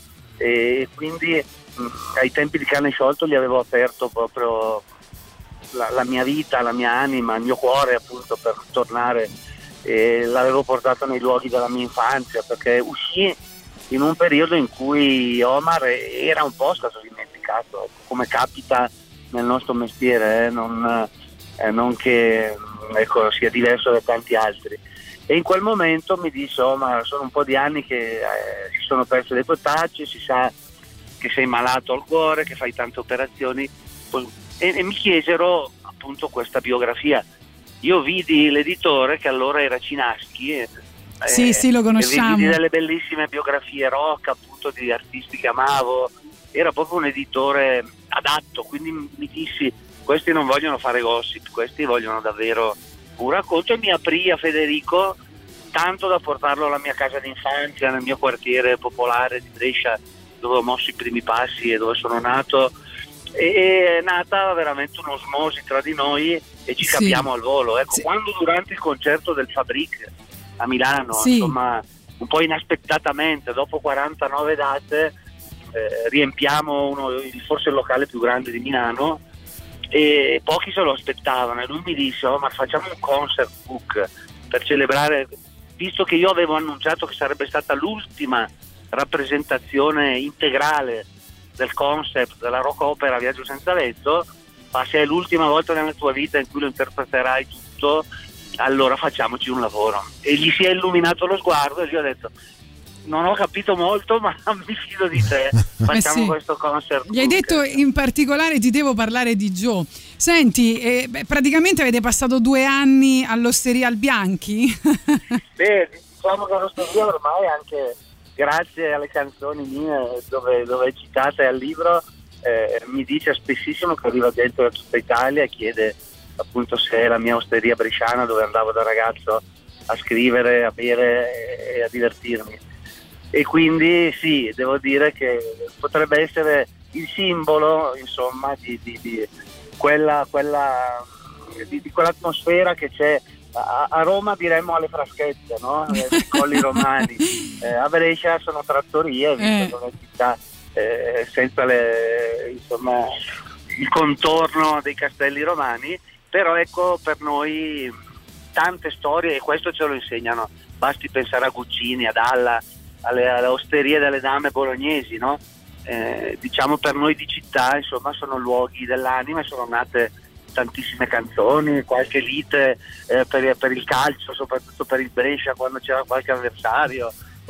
e quindi mh, ai tempi di Cane sciolto gli avevo aperto proprio La, la mia vita, la mia anima, il mio cuore appunto per tornare, e l'avevo portato nei luoghi della mia infanzia, perché uscì in un periodo in cui Omar era un po' stato dimenticato, come capita nel nostro mestiere, eh, non, eh, non che ecco, sia diverso da tanti altri. E in quel momento mi disse: Omar, sono un po' di anni che eh, si sono perse le tue tracce, si sa che sei malato al cuore, che fai tante operazioni. E, e mi chiesero appunto questa biografia. Io vidi l'editore, che allora era Cinaschi, e,
sì, eh, sì, lo conosciamo.
E vidi delle bellissime biografie rock appunto di artisti che amavo. Era proprio un editore adatto, quindi mi dissi: questi non vogliono fare gossip, questi vogliono davvero un racconto, e mi aprì a Federico tanto da portarlo alla mia casa d'infanzia, nel mio quartiere popolare di Brescia, dove ho mosso i primi passi e dove sono nato. E è nata veramente un'osmosi tra di noi e ci sì. capiamo al volo. Ecco, sì. Quando durante il concerto del Fabric a Milano, sì. insomma, un po' inaspettatamente, dopo quarantanove date, eh, riempiamo uno, forse il locale più grande di Milano, e pochi se lo aspettavano, e lui mi disse: oh, ma facciamo un concert book per celebrare, visto che io avevo annunciato che sarebbe stata l'ultima rappresentazione integrale del concept della rock opera Viaggio senza letto, ma se è l'ultima volta nella tua vita in cui lo interpreterai tutto, allora facciamoci un lavoro. E gli si è illuminato lo sguardo e gli ho detto: non ho capito molto, ma mi fido di te, facciamo sì. questo concert.
Gli hai detto in particolare: ti devo parlare di Joe. Senti, eh, beh, praticamente avete passato due anni all'Osteria al Bianchi?
Beh, diciamo che l'Osteria ormai, anche grazie alle canzoni mie dove, dove è citate al libro, eh, mi dice spessissimo che arriva dentro da tutta Italia e chiede appunto se è la mia osteria bresciana dove andavo da ragazzo a scrivere, a bere e a divertirmi. E quindi sì, devo dire che potrebbe essere il simbolo, insomma, di, di, di quella, quella di, di quell'atmosfera che c'è. A Roma diremmo alle fraschette, no? I colli romani. Eh, a Brescia sono trattorie, visto che è una città eh, senza le, insomma, il contorno dei castelli romani, però ecco, per noi tante storie, e questo ce lo insegnano. Basti pensare a Guccini, ad Alla, alle, alle osterie delle dame bolognesi, no? Eh, diciamo per noi di città, insomma, sono luoghi dell'anima e sono nate tantissime canzoni, qualche lite eh, per, per il calcio, soprattutto per il Brescia quando c'era qualche avversario,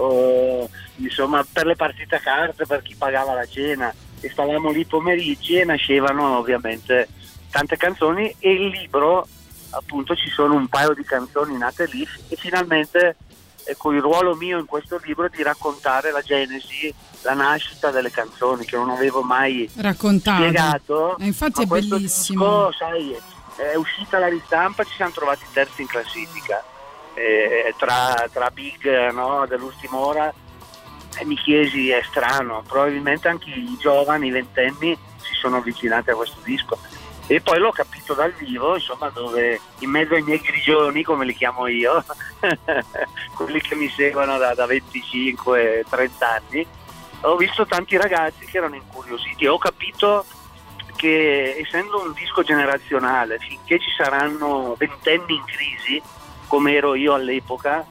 o insomma per le partite a carte, per chi pagava la cena, e stavamo lì pomeriggi e nascevano ovviamente tante canzoni. E il libro, appunto, ci sono un paio di canzoni nate lì, e finalmente ecco, il ruolo mio in questo libro è di raccontare la genesi, la nascita delle canzoni che non avevo mai
raccontato,
spiegato.
E infatti
ma
è
questo
bellissimo.
disco, sai, è uscita la ristampa, ci siamo trovati terzi in classifica, eh, tra, tra big, no, dell'ultima ora, e mi chiesi, è strano, probabilmente anche i giovani, i ventenni si sono avvicinati a questo disco, e poi l'ho capito dal vivo, insomma, dove in mezzo ai miei grigioni, come li chiamo io, quelli che mi seguono da, da venticinque trenta anni, ho visto tanti ragazzi che erano incuriositi e ho capito che, essendo un disco generazionale, finché ci saranno ventenni in crisi come ero io all'epoca,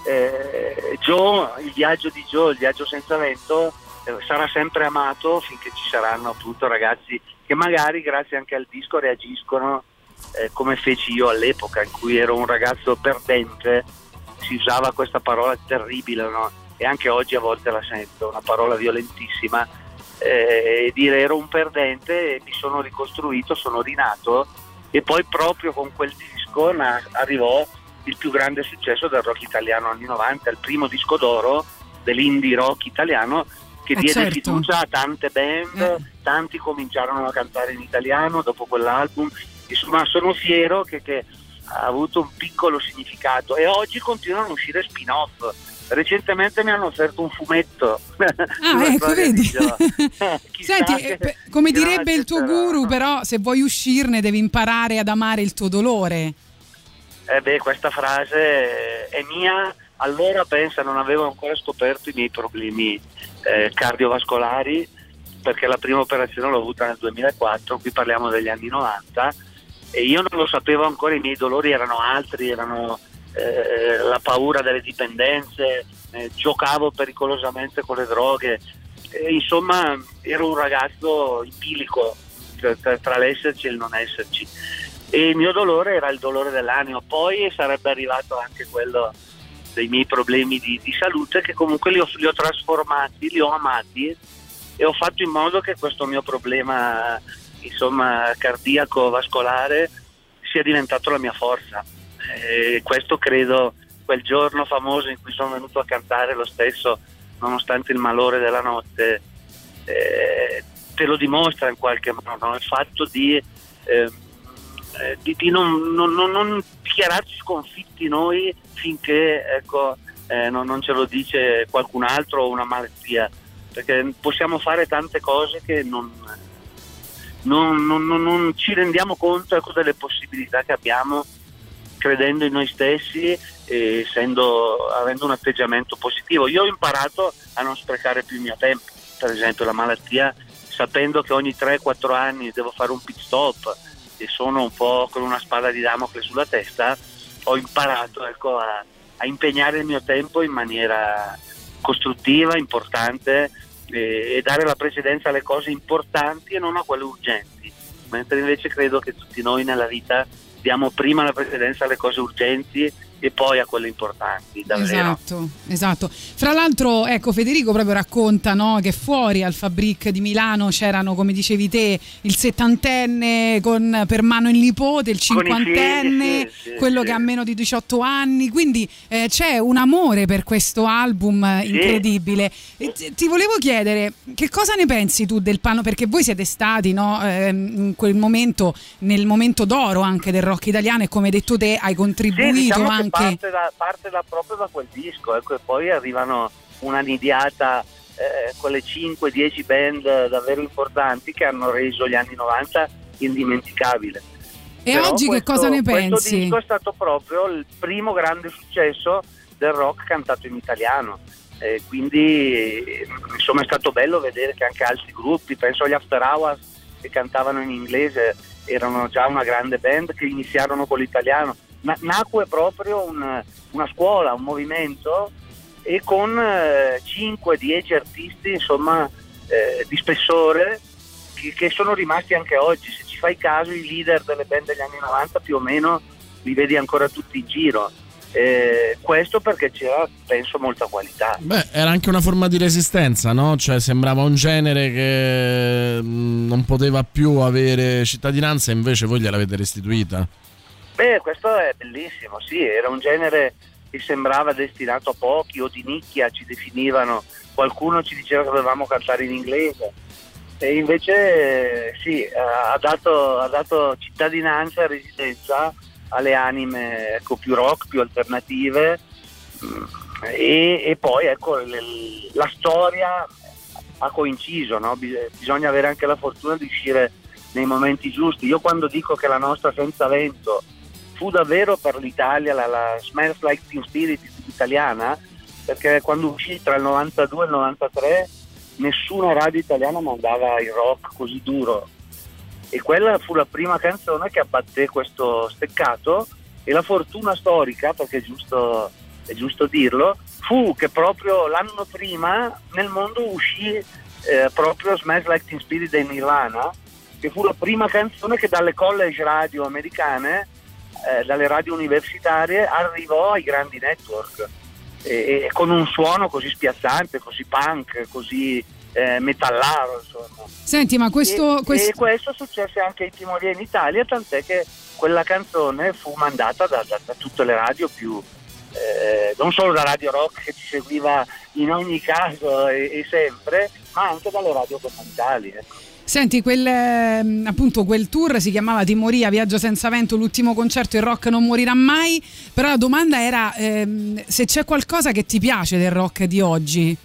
eh, Joe, il viaggio di Joe, il viaggio senza vento, eh, sarà sempre amato finché ci saranno appunto ragazzi che magari grazie anche al disco reagiscono eh, come feci io all'epoca, in cui ero un ragazzo perdente. Si usava questa parola terribile, no? E anche oggi a volte la sento, una parola violentissima, eh, e dire ero un perdente e mi sono ricostruito, sono rinato, e poi proprio con quel disco na- arrivò il più grande successo del rock italiano anni novanta, il primo disco d'oro dell'indie rock italiano, che
eh
diede
certo.
fiducia a tante band, eh. tanti cominciarono a cantare in italiano dopo quell'album. Insomma, sono fiero che, che ha avuto un piccolo significato, e oggi continuano a uscire spin-off. Recentemente mi hanno offerto un fumetto.
Ah, ecco, vedi. Senti,
che,
eh, come
che
direbbe il tuo guru, però, se vuoi uscirne devi imparare ad amare il tuo dolore.
Eh beh, questa frase è mia. Allora pensa, non avevo ancora scoperto i miei problemi eh, cardiovascolari, perché la prima operazione l'ho avuta nel duemilaquattro, qui parliamo degli anni novanta, e io non lo sapevo ancora, i miei dolori erano altri, erano eh, la paura delle dipendenze, eh, giocavo pericolosamente con le droghe, e, insomma ero un ragazzo in bilico tra, tra l'esserci e il non esserci, e il mio dolore era il dolore dell'animo. Poi sarebbe arrivato anche quello dei miei problemi di, di salute, che comunque li ho, li ho trasformati, li ho amati, e ho fatto in modo che questo mio problema, insomma, cardiaco vascolare sia diventato la mia forza. E questo credo, quel giorno famoso in cui sono venuto a cantare lo stesso, nonostante il malore della notte, eh, te lo dimostra in qualche modo, no? Il fatto di, eh, di, di non, non, non, non dichiararci sconfitti noi finché, ecco, eh, non, non ce lo dice qualcun altro o una malattia, perché possiamo fare tante cose che non, non, non, non, non ci rendiamo conto, ecco, delle possibilità che abbiamo, credendo in noi stessi e essendo, avendo un atteggiamento positivo. Io ho imparato a non sprecare più il mio tempo, per esempio la malattia, sapendo che ogni tre quattro anni devo fare un pit stop e sono un po' con una spada di Damocle sulla testa, ho imparato, ecco, a, a impegnare il mio tempo in maniera costruttiva, importante, e, e dare la precedenza alle cose importanti e non a quelle urgenti, mentre invece credo che tutti noi nella vita diamo prima la precedenza alle cose urgenti e poi a quelle importanti, davvero.
Esatto, esatto. Fra l'altro, ecco, Federico proprio racconta, no, che fuori al Fabric di Milano c'erano, come dicevi te, il settantenne con per mano il nipote, il cinquantenne,
figli, sì, sì,
quello
sì.
che ha meno di diciotto anni, quindi eh, c'è un amore per questo album eh,
Sì.
incredibile. E ti, ti volevo chiedere, che cosa ne pensi tu del pano, perché voi siete stati, no, eh, in quel momento, nel momento d'oro anche del rock italiano, e come hai detto te hai contribuito
Sì, diciamo
anche...
che parte, da, parte da, proprio da quel disco, ecco, e poi arrivano una nidiata, eh, quelle cinque dieci band davvero importanti che hanno reso gli anni novanta indimenticabile.
E
Però
oggi
questo,
che cosa ne
questo
pensi?
disco è stato proprio il primo grande successo del rock cantato in italiano, eh, quindi insomma è stato bello vedere che anche altri gruppi, penso agli After Hours che cantavano in inglese, erano già una grande band che iniziarono con l'italiano. Na- nacque proprio un, una scuola, un movimento, e con eh, cinque dieci artisti, insomma, eh, di spessore che, che sono rimasti anche oggi. Se ci fai caso, i leader delle band degli anni novanta più o meno li vedi ancora tutti in giro. Eh, questo perché c'era, penso, molta qualità.
Beh, era anche una forma di resistenza, no? Cioè sembrava un genere che mh, non poteva più avere cittadinanza, invece voi gliel'avete restituita.
Beh, questo è bellissimo, sì, era un genere che sembrava destinato a pochi o di nicchia, ci definivano, qualcuno ci diceva che dovevamo cantare in inglese, e invece eh, sì, ha dato, ha dato cittadinanza e residenza alle anime, ecco, più rock, più alternative, e, e poi ecco le, la storia ha coinciso, no? Bisogna avere anche la fortuna di uscire nei momenti giusti. Io quando dico che la nostra Senza Vento fu davvero per l'Italia la, la Smells Like Teen Spirit italiana, perché quando uscì tra il novantadue e il novantatré nessuna radio italiana mandava il rock così duro, e quella fu la prima canzone che abbatté questo steccato. E la fortuna storica, perché è giusto, è giusto dirlo, fu che proprio l'anno prima nel mondo uscì eh, proprio Smells Like Teen Spirit dei Nirvana, che fu la prima canzone che dalle college radio americane, eh, dalle radio universitarie, arrivò ai grandi network, e, e con un suono così spiazzante, così punk, così eh, metallaro, insomma.
Senti, ma questo,
e,
questo...
e questo successe anche ai Timoria in Italia, tant'è che quella canzone fu mandata da, da, da tutte le radio più, eh, non solo da Radio Rock, che ci seguiva in ogni caso e, e sempre, ma anche dalle radio commerciali, ecco.
Senti, quel, eh, appunto quel tour si chiamava Timoria, Viaggio senza vento, l'ultimo concerto, il rock non morirà mai, però la domanda era ehm, se c'è qualcosa che ti piace del rock di oggi.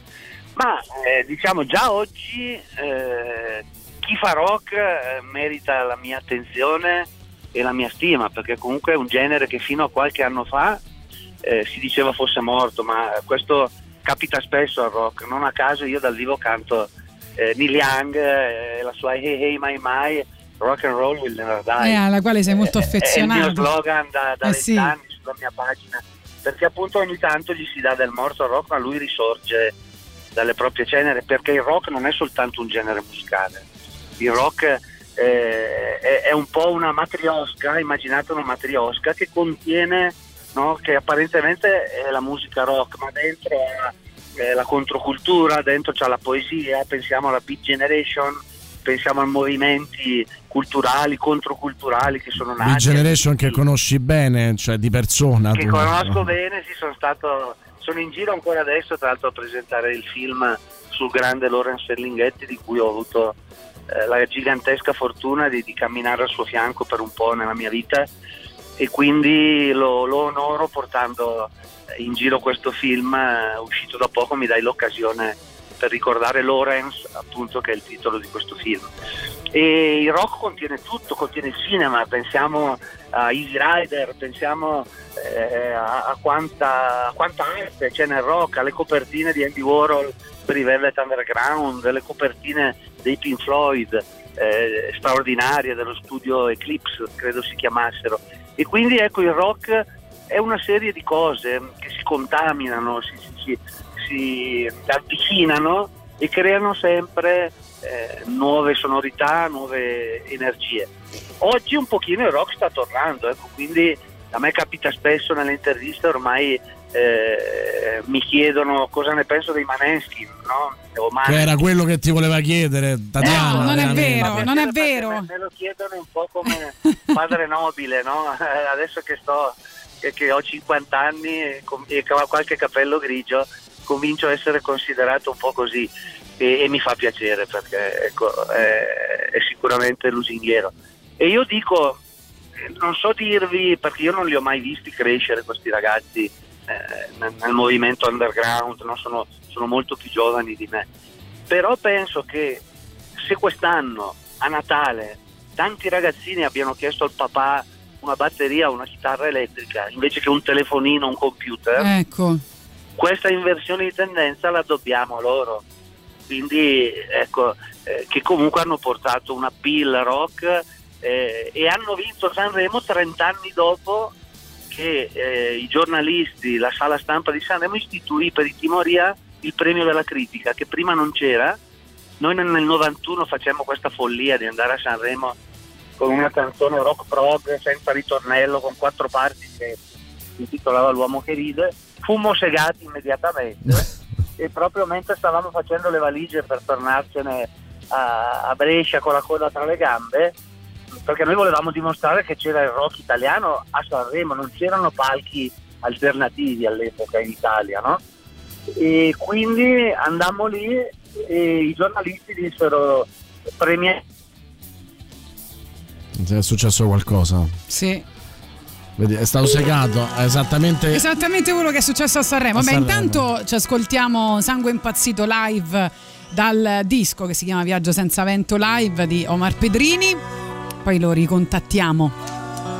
Ma eh, diciamo già oggi eh, chi fa rock eh, merita la mia attenzione e la mia stima, perché comunque è un genere che fino a qualche anno fa eh, si diceva fosse morto, ma questo capita spesso al rock. Non a caso io dal vivo canto eh, Neil Young, eh, la sua Hey Hey My My, Rock and Roll Will Never Die,
eh, alla quale sei molto affezionato.
È il mio slogan da, da
eh,
vent'anni
sì.
sulla mia pagina, perché appunto ogni tanto gli si dà del morto al rock, ma lui risorge dalle proprie ceneri, perché il rock non è soltanto un genere musicale. Il rock eh, è, è un po' una matriosca, immaginate una matriosca che contiene, no, che apparentemente è la musica rock, ma dentro ha eh, la controcultura, dentro c'ha la poesia, pensiamo alla Beat Generation, pensiamo a movimenti culturali, controculturali che sono nati.
Beat Generation che conosci bene, cioè di persona.
Che
tu.
conosco bene, sì, sono stato, sono in giro ancora adesso, tra l'altro, a presentare il film sul grande Lawrence Ferlinghetti, di cui ho avuto eh, la gigantesca fortuna di, di camminare al suo fianco per un po' nella mia vita, e quindi lo, lo onoro portando in giro questo film eh, uscito da poco. Mi dai l'occasione per ricordare Lawrence, appunto, che è il titolo di questo film. E il rock contiene tutto, contiene il cinema, pensiamo a Easy Rider, pensiamo eh, a, a, quanta, a quanta arte c'è nel rock, alle copertine di Andy Warhol per i Velvet Underground, le copertine dei Pink Floyd, eh, straordinarie, dello studio Eclipse, credo si chiamassero. E quindi ecco, il rock è una serie di cose che si contaminano, si, si, si, si avvicinano e creano sempre eh, nuove sonorità, nuove energie. Oggi un pochino il rock sta tornando, ecco, quindi a me capita spesso nelle interviste ormai eh, mi chiedono cosa ne penso dei Maneskin, no? O
che era quello che ti voleva chiedere Tatiana.
No, non è
veramente.
vero, non è vero.
Me, me lo chiedono un po' come padre nobile, no? Adesso che sto che, che ho cinquanta anni e, e qualche capello grigio, comincio a essere considerato un po' così, e, e mi fa piacere, perché ecco, è, è sicuramente lusinghiero. E io dico, non so dirvi, perché io non li ho mai visti crescere questi ragazzi eh, nel, nel movimento underground, no? sono, sono molto più giovani di me, però penso che se quest'anno a Natale tanti ragazzini abbiano chiesto al papà una batteria, una chitarra elettrica invece che un telefonino, un computer,
ecco,
questa inversione di tendenza la dobbiamo a loro. Quindi ecco, eh, che comunque hanno portato una appeal rock eh, e hanno vinto Sanremo trent'anni dopo che eh, i giornalisti, la sala stampa di Sanremo istituì per i Timoria il premio della critica, che prima non c'era. Noi nel novantuno facemmo questa follia di andare a Sanremo con una canzone rock prog senza ritornello, con quattro parti, che si intitolava L'uomo che ride. Fummo segati immediatamente e proprio mentre stavamo facendo le valigie per tornarcene a, a Brescia con la coda tra le gambe, perché noi volevamo dimostrare che c'era il rock italiano a Sanremo, non c'erano palchi alternativi all'epoca in Italia, no? E quindi andammo lì e i giornalisti dissero premia.
È successo qualcosa?
Sì.
Vedi, è stato segato, è esattamente
esattamente quello che è successo a Sanremo.
A
Vabbè,
Sanremo.
intanto ci ascoltiamo Sangue Impazzito live dal disco che si chiama Viaggio senza vento live di Omar Pedrini, poi lo ricontattiamo.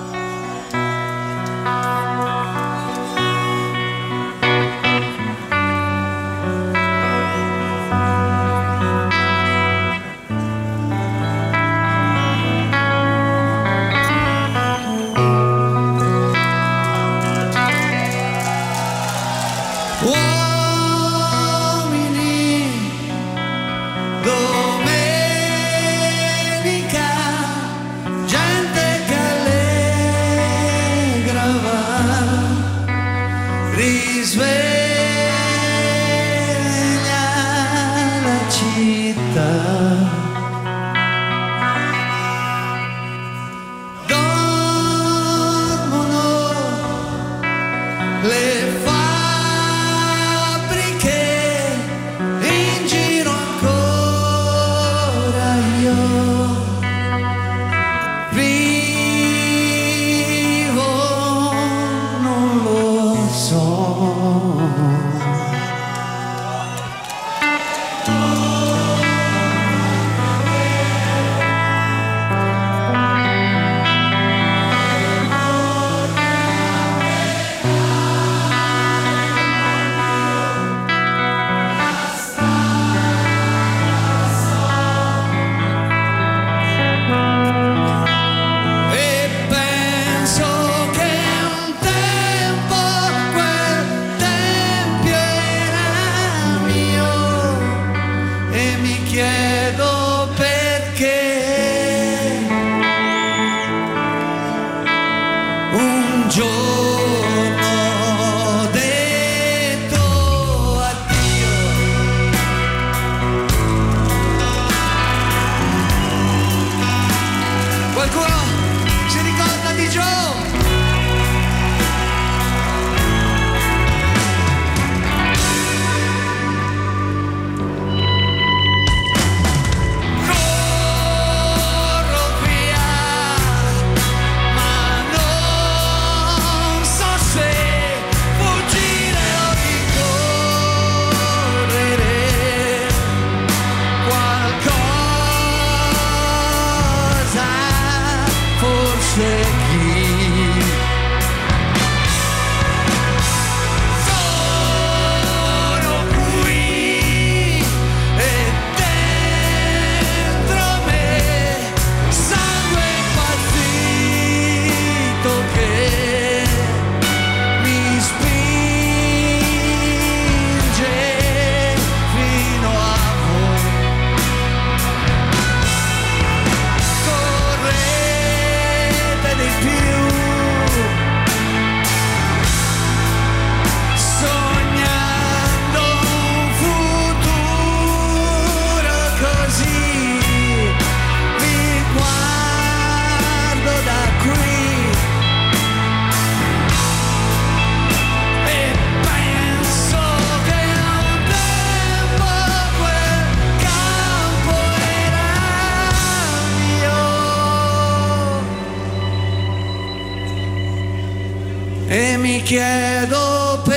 Chiedo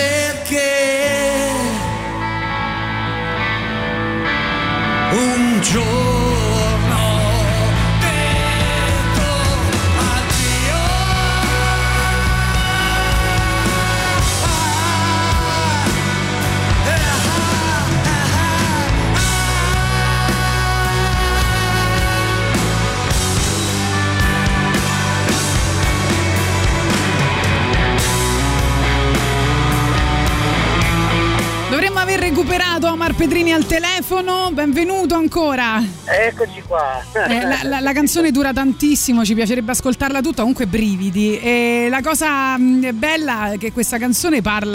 perché un giorno detto addio.
Dovremmo aver recuperato Omar Pedrini al telefono, benvenuto ancora.
Eccoci qua.
Eh, la, la, la canzone dura tantissimo, ci piacerebbe ascoltarla tutta, comunque brividi. E la cosa mh, bella è che questa canzone parla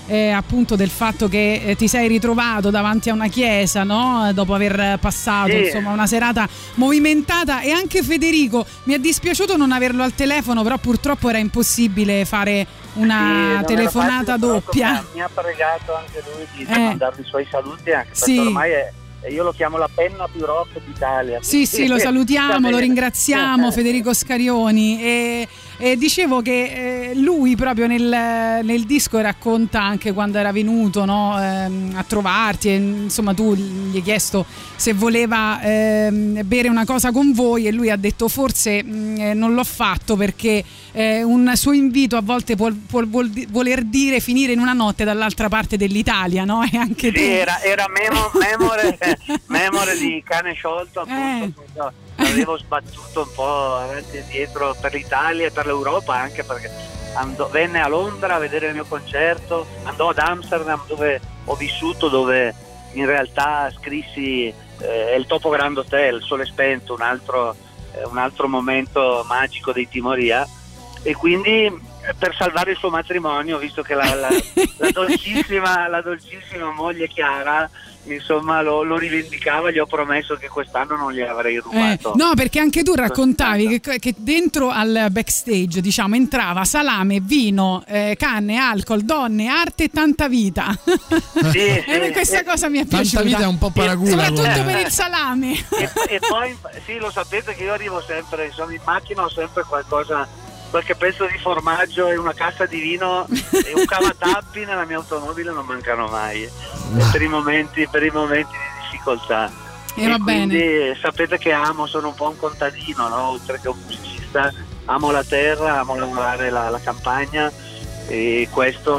eh, appunto del fatto che eh, ti sei ritrovato davanti a una chiesa, no? Dopo aver passato
Sì.
insomma una serata movimentata. E anche Federico, mi è dispiaciuto non averlo al telefono, però purtroppo era impossibile fare una
Sì, non
telefonata
era facile, però,
doppia.
insomma, mi ha pregato anche lui di
Eh.
mandarvi i suoi saluti, anche perché
Sì.
ormai è, io lo chiamo la penna più rock d'Italia.
Sì,
quindi-
sì, lo
va
salutiamo, lo
bene.
ringraziamo, Federico Scarioni. E, e dicevo che eh, lui proprio nel, nel disco racconta anche quando era venuto, no, ehm, a trovarti, e, insomma tu gli hai chiesto se voleva ehm, bere una cosa con voi e lui ha detto forse mh, eh, non l'ho fatto perché eh, un suo invito a volte può, può vuol di- voler dire finire in una notte dall'altra parte dell'Italia, no? E anche
Sì,
te.
era, era memo- memore, memore di cane sciolto, appunto.
Eh.
L'avevo sbattuto un po' avanti e dietro per l'Italia e per l'Europa, anche perché andò, venne a Londra a vedere il mio concerto, andò ad Amsterdam dove ho vissuto, dove in realtà scrissi eh, il Topo Grand Hotel, Sole Spento, un altro, eh, un altro momento magico dei Timoria, e quindi eh, per salvare il suo matrimonio, visto che la, la, la, dolcissima, la dolcissima moglie Chiara insomma lo, lo rivendicava, gli ho promesso che quest'anno non gli avrei
Eh,
rubato.
no, perché anche tu raccontavi che, che dentro al backstage, diciamo, entrava salame, vino, eh, canne, alcol, donne, arte e tanta vita.
Sì,
E
sì,
questa
sì.
cosa mi è
Tanta
piaciuta.
vita è un po' paracula.
Soprattutto
comunque.
per il salame.
E, e poi sì, lo sapete che io arrivo sempre, insomma, in macchina ho sempre qualcosa, qualche pezzo di formaggio e una cassa di vino e un cavatappi nella mia automobile non mancano mai, e per i momenti per i momenti di difficoltà.
E va
quindi
bene.
sapete che amo, sono un po' un contadino, no? Oltre che un musicista, amo la terra, amo lavorare la, la campagna, e questo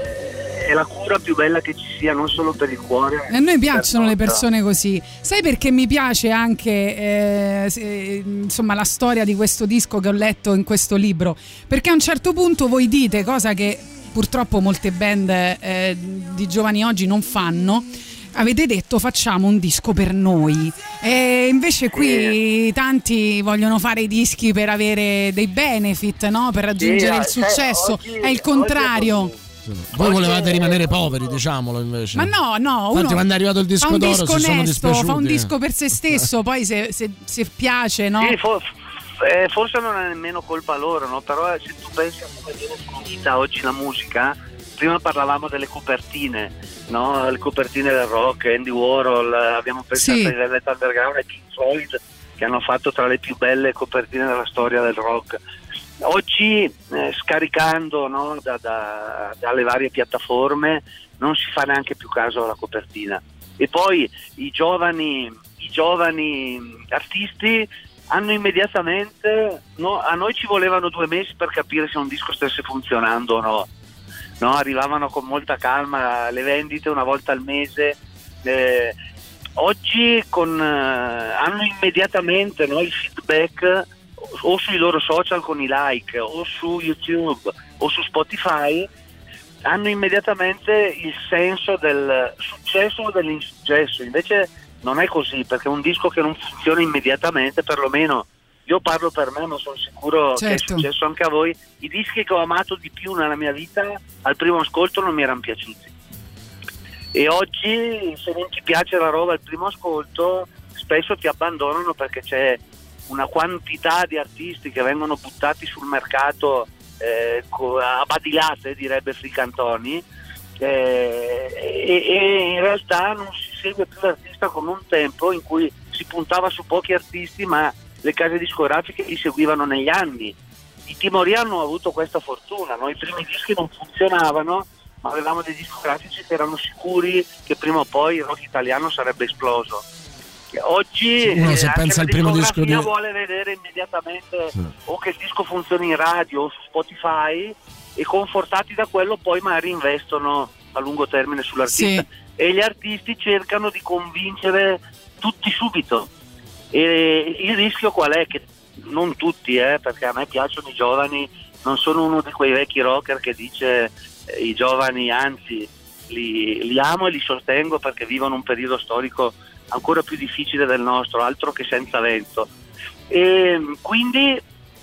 è, è la cura più bella che ci sia, non solo per il cuore.
E a noi piacciono le
per tutto.
persone così. Sai perché mi piace anche eh, se- insomma la storia di questo disco che ho letto in questo libro? Perché a un certo punto voi dite, cosa che purtroppo molte band eh, di giovani oggi non fanno, avete detto facciamo un disco per noi, e invece qui tanti vogliono fare i dischi per avere dei benefit, no? Per raggiungere
Sì,
il
eh,
successo.
oggi-
È il contrario.
Voi volevate rimanere poveri, diciamolo invece.
Ma no, no,
Infatti,
uno
quando è arrivato il disco
fa un
d'oro
disco
si sono
onesto,
dispiaciuti.
fa un disco per se stesso, poi se, se, se piace, no?
Sì, for- eh, forse non è nemmeno colpa loro, no? Però eh, se tu pensi a come viene finita oggi la musica, prima parlavamo delle copertine, no? Le copertine del rock, Andy Warhol, abbiamo pensato
Sì.
ai Velvet Underground e Pink Floyd, che hanno fatto tra le più belle copertine della storia del rock. Oggi eh, scaricando, no, da, da, dalle varie piattaforme non si fa neanche più caso alla copertina, e poi i giovani, i giovani artisti hanno immediatamente, no, a noi ci volevano due mesi per capire se un disco stesse funzionando o no, no, arrivavano con molta calma le vendite una volta al mese. eh, oggi con, eh, hanno immediatamente, no, il feedback o sui loro social con i like, o su YouTube o su Spotify, hanno immediatamente il senso del successo o dell'insuccesso. Invece non è così, perché un disco che non funziona immediatamente, perlomeno io parlo per me, ma sono sicuro
Certo.
che è successo anche a voi, i dischi che ho amato di più nella mia vita al primo ascolto non mi erano piaciuti, e oggi se non ti piace la roba al primo ascolto spesso ti abbandonano, perché c'è una quantità di artisti che vengono buttati sul mercato eh, co- a badilate, direbbe Fricantoni, eh, e, e in realtà non si segue più l'artista come un tempo in cui si puntava su pochi artisti, ma le case discografiche li seguivano negli anni. I Timoria hanno avuto questa fortuna, no? I primi dischi non funzionavano, ma avevamo dei discografici che erano sicuri che prima o poi il rock italiano sarebbe esploso. Oggi
Uno se
eh, anche
pensa
la
al primo disco
discografia
di-
vuole vedere immediatamente
Sì.
o che il disco funzioni in radio o su Spotify, e confortati da quello poi magari investono a lungo termine sull'artista.
Sì.
E gli artisti cercano di convincere tutti subito, e il rischio qual è? Che non tutti, eh, perché a me piacciono i giovani, non sono uno di quei vecchi rocker che dice eh, i giovani, anzi li, li amo e li sostengo perché vivono un periodo storico ancora più difficile del nostro, altro che senza vento. E quindi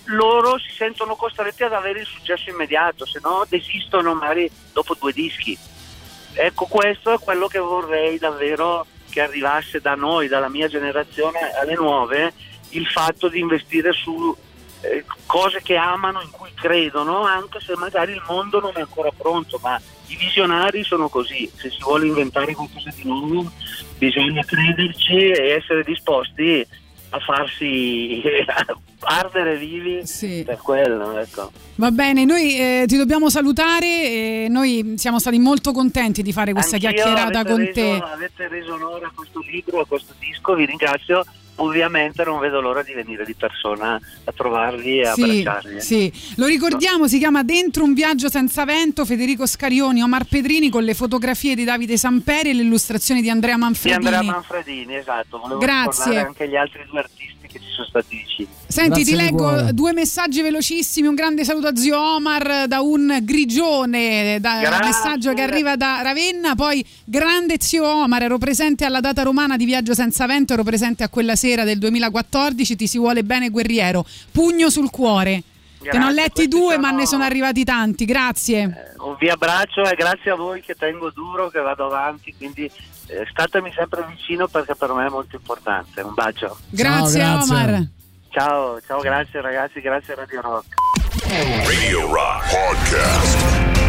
loro si sentono costretti ad avere il successo immediato, se no desistono magari dopo due dischi. Ecco, questo è quello che vorrei davvero che arrivasse da noi, dalla mia generazione alle nuove, il fatto di investire su eh, cose che amano, in cui credono, anche se magari il mondo non è ancora pronto, ma i visionari sono così, se si vuole inventare qualcosa di nuovo bisogna crederci e essere disposti a farsi ardere vivi
sì.
per quello, ecco.
Va bene, noi eh, ti dobbiamo salutare e noi siamo stati molto contenti di fare questa
Anch'io,
chiacchierata con
reso,
te.
Avete reso onore a questo libro, a questo disco, vi ringrazio. Ovviamente non vedo l'ora di venire di persona a trovarvi e
sì,
abbracciarvi.
Sì, lo ricordiamo, si chiama Dentro un viaggio senza vento, Federico Scarioni, Omar Pedrini, con le fotografie di Davide Samperi e le illustrazioni di Andrea Manfredini.
Di Andrea Manfredini, esatto. Volevo
Grazie.
ricordare anche gli altri due artisti che ci sono stati vicini.
Senti,
Grazie
ti leggo
cuore.
due messaggi velocissimi. Un grande saluto a zio Omar da un Grigione, da
Grazie.
messaggio che arriva da Ravenna. Poi, grande zio Omar, ero presente alla data romana di Viaggio senza vento, ero presente a quella sera del duemilaquattordici. Ti si vuole bene, guerriero. Pugno sul cuore.
Grazie,
Te ne ho letti
questi
due,
sono...
ma ne sono arrivati tanti. Grazie.
Eh, vi abbraccio e grazie a voi che tengo duro, che vado avanti, quindi eh, statemi sempre vicino perché per me è molto importante. Un bacio.
Grazie,
Ciao, grazie.
Omar.
Ciao, ciao, grazie ragazzi, grazie a Radio Rock.
Radio Rock Podcast.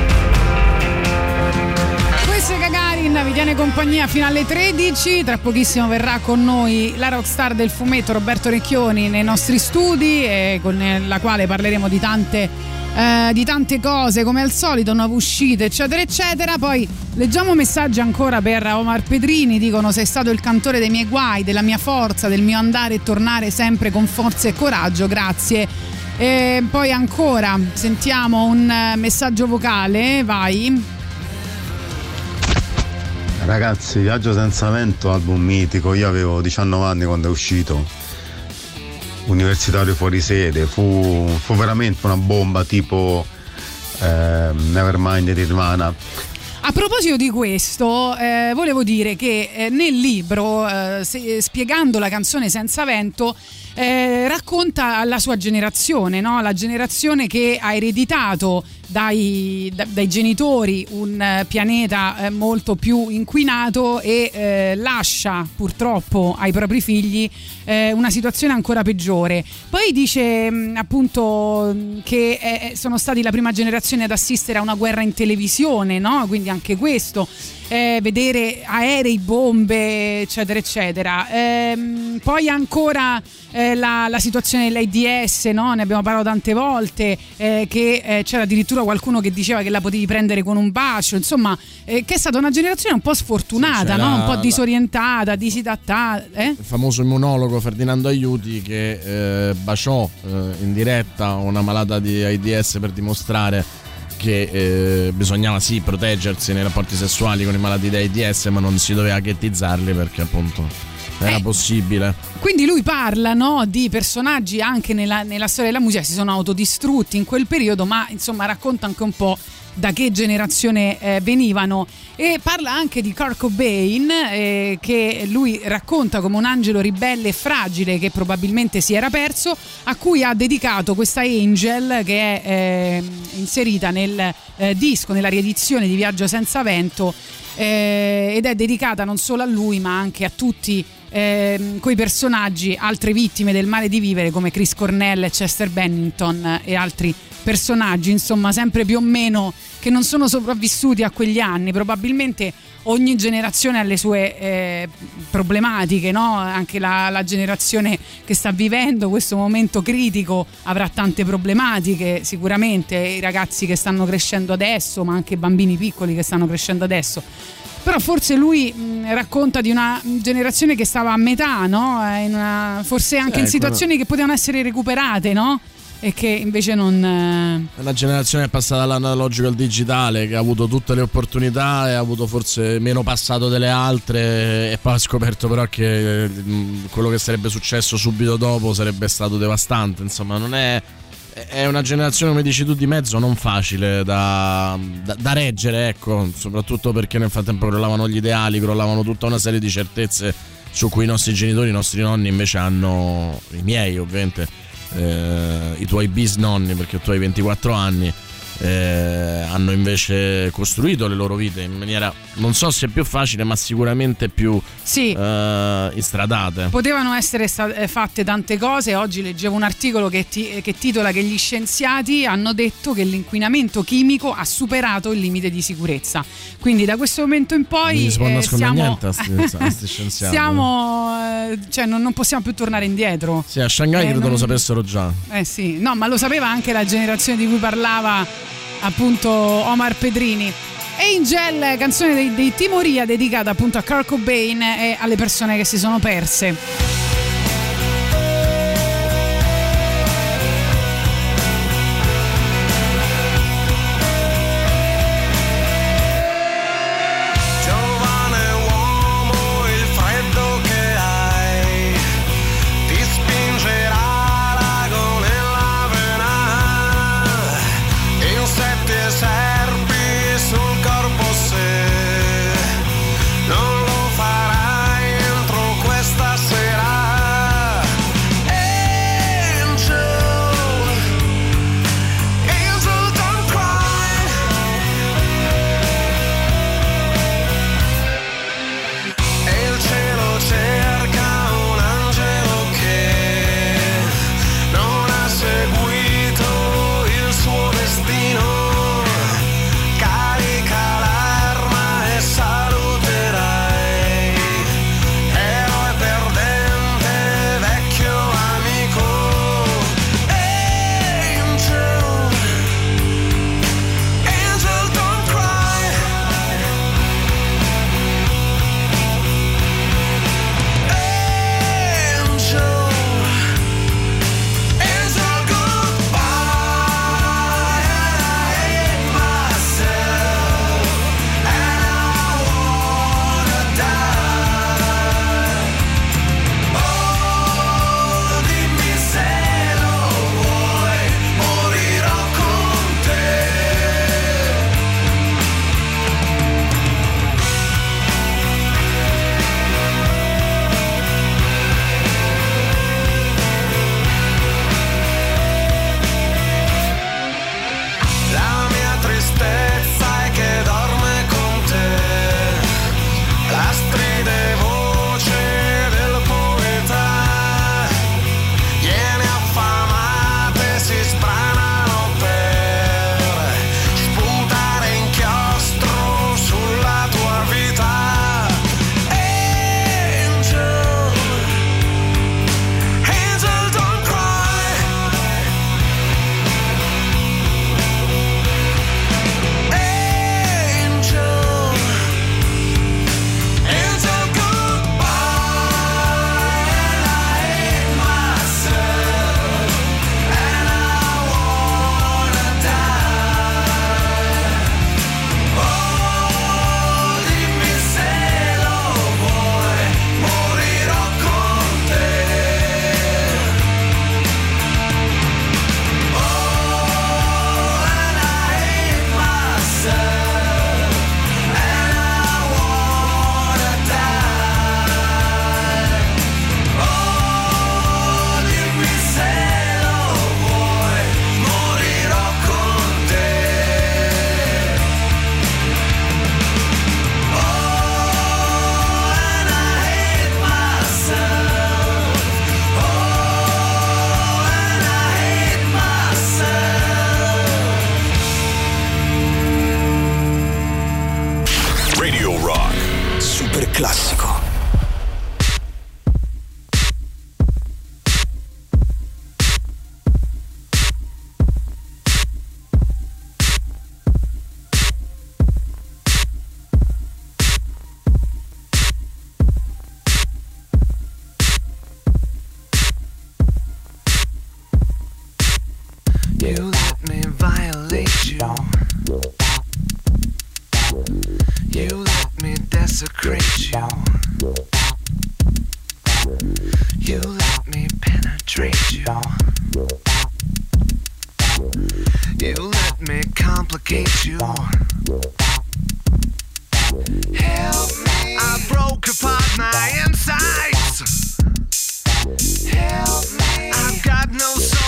Questo è Gagarin, vi tiene compagnia fino alle tredici. Tra pochissimo verrà con noi la rockstar del fumetto Roberto Recchioni nei nostri studi, e con la quale parleremo di tante eh, di tante cose, come al solito, nuove uscite, eccetera eccetera. Poi leggiamo messaggi ancora per Omar Pedrini. Dicono: sei stato il cantore dei miei guai, della mia forza, del mio andare e tornare sempre con forza e coraggio, grazie. E poi ancora sentiamo un messaggio vocale, vai.
Ragazzi, Viaggio senza vento, album mitico. Io avevo diciannove anni quando è uscito, universitario fuori sede, fu, fu veramente una bomba, tipo eh, Nevermind di Nirvana.
A proposito di questo, eh, volevo dire che eh, nel libro, eh, se, spiegando la canzone Senza vento, eh, racconta la sua generazione, no? La generazione che ha ereditato dai, da, dai genitori un eh, pianeta eh, molto più inquinato e eh, lascia purtroppo ai propri figli eh, una situazione ancora peggiore. Poi dice mh, appunto che eh, sono stati la prima generazione ad assistere a una guerra in televisione, no? Quindi anche questo, eh, vedere aerei, bombe, eccetera eccetera. Ehm, poi ancora eh, la, la situazione dell'AIDS, no? Ne abbiamo parlato tante volte, eh, che eh, c'era addirittura qualcuno che diceva che la potevi prendere con un bacio, insomma, eh, che è stata una generazione un po' sfortunata,
sì,
no? Un po'
la...
disorientata, disadattata, eh?
Il famoso immunologo Ferdinando Aiuti che eh, baciò eh, in diretta una malata di AIDS per dimostrare che eh, bisognava sì proteggersi nei rapporti sessuali con i malati di AIDS, ma non si doveva ghettizzarli perché appunto era
eh,
possibile.
Quindi lui parla, no, di personaggi anche nella, nella storia della musica si sono autodistrutti in quel periodo, ma insomma racconta anche un po' da che generazione eh, venivano, e parla anche di Kurt Cobain, eh, che lui racconta come un angelo ribelle e fragile che probabilmente si era perso, a cui ha dedicato questa Angel, che è eh, inserita nel eh, disco, nella riedizione di Viaggio senza vento, eh, ed è dedicata non solo a lui ma anche a tutti eh, quei personaggi, altre vittime del male di vivere come Chris Cornell, Chester Bennington e altri personaggi, insomma, sempre più o meno che non sono sopravvissuti a quegli anni. Probabilmente ogni generazione ha le sue eh, problematiche, no? Anche la, la generazione che sta vivendo questo momento critico avrà tante problematiche, sicuramente, i ragazzi che stanno crescendo adesso, ma anche i bambini piccoli che stanno crescendo adesso. Però forse lui mh, racconta di una generazione che stava a metà, no? In una, forse anche
eh,
in situazioni
quello...
che potevano essere recuperate, no? E che invece non...
È una generazione che è passata dall'analogico al digitale, che ha avuto tutte le opportunità e ha avuto forse meno passato delle altre, e poi ha scoperto però che quello che sarebbe successo subito dopo sarebbe stato devastante. Insomma, non è... è una generazione, come dici tu, di mezzo non facile da, da, da reggere, ecco, soprattutto perché nel frattempo crollavano gli ideali, crollavano tutta una serie di certezze su cui i nostri genitori, i nostri nonni invece hanno, i miei ovviamente, eh, i tuoi bisnonni, perché tu hai ventiquattro anni, eh, hanno invece costruito le loro vite in maniera, non so se più facile, ma sicuramente più
sì.
eh, istradate.
Potevano essere state fatte tante cose. Oggi leggevo un articolo che, ti, che titola che gli scienziati hanno detto che l'inquinamento chimico ha superato il limite di sicurezza, quindi da questo momento in poi
non si può
eh,
nascondere
siamo,
niente a sti, a sti scienziati.
Siamo, eh, cioè non, non possiamo più tornare indietro.
Sì, a Shanghai
eh,
credo
non...
lo sapessero già.
Eh sì, no, ma lo sapeva anche la generazione di cui parlava appunto Omar Pedrini. Angel, canzone dei, dei Timoria, dedicata appunto a Kurt Cobain e alle persone che si sono perse.
Non lo farai entro questa sera.
classico.
You let me violate you. You let me desecrate you. You let me penetrate you. You let me complicate you. Help me. I broke apart my insides. Help me. I've got no soul.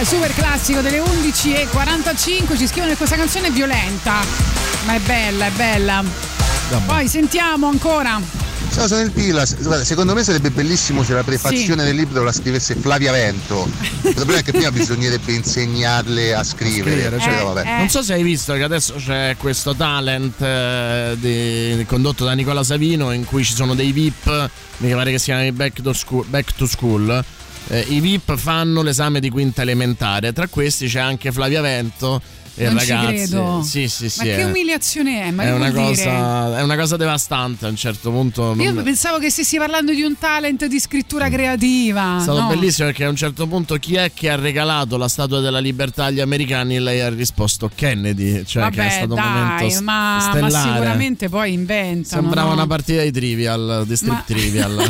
super classico delle undici e quarantacinque. Ci scrivono che questa canzone è violenta, ma è bella, è bella. Vabbè. Poi sentiamo ancora.
Ciao, sono il Pila. Secondo me sarebbe bellissimo se la prefazione
sì.
del libro la scrivesse Flavia Vento. Il problema è che prima bisognerebbe insegnarle a scrivere.
A scrivere cioè,
eh, vabbè.
Eh. Non so se hai visto che adesso c'è questo talent eh, di, condotto da Nicola Savino, in cui ci sono dei V I P, mi pare che si chiami Back to School. Back to school. Eh, I V I P fanno l'esame di quinta elementare. Tra questi c'è anche Flavia Vento. E
non
ragazzi,
ci credo.
Sì, sì, sì,
ma che
è,
umiliazione è? Ma
è,
che
una
vuol
cosa,
dire?
è una cosa devastante a un certo punto.
Io
non...
pensavo che stessi parlando di un talent di scrittura creativa.
È stato
no.
bellissimo perché a un certo punto chi è che ha regalato la Statua della Libertà agli americani? Lei ha risposto Kennedy, cioè
Vabbè,
che è stato
dai,
un momento
ma,
stellare.
ma sicuramente poi inventano.
Sembrava
no?
una partita di Trivial, di Strip
ma...
Trivial.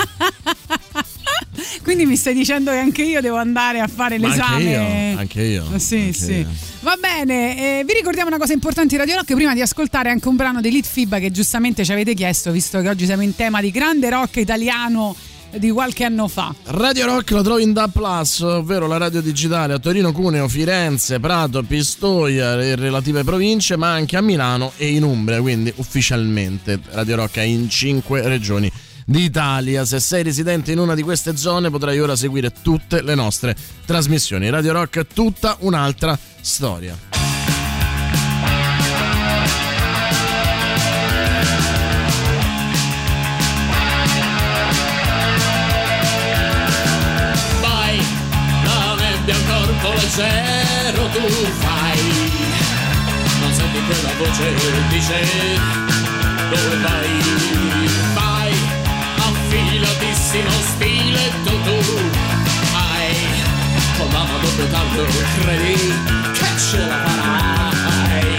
Quindi mi stai dicendo che anche io devo andare a fare
Ma
l'esame?
Anche io, anche io.
Sì,
anche
sì.
Io.
Va bene, eh, vi ricordiamo una cosa importante di Radio Rock prima di ascoltare anche un brano di Litfiba che giustamente ci avete chiesto, visto che oggi siamo in tema di grande rock italiano di qualche anno fa.
Radio Rock lo trovi in D A B plus, ovvero la radio digitale a Torino, Cuneo, Firenze, Prato, Pistoia e relative province, ma anche a Milano e in Umbria, quindi ufficialmente Radio Rock è in cinque regioni d'Italia. Se sei residente in una di queste zone potrai ora seguire tutte le nostre trasmissioni. Radio Rock, tutta un'altra storia.
Vai, la nebbia un corpo leggero tu fai, non senti quella voce dice dove vai, vai, affilatissimo stiletto tu hai, con la mano doppio tanto credi che ce la farai.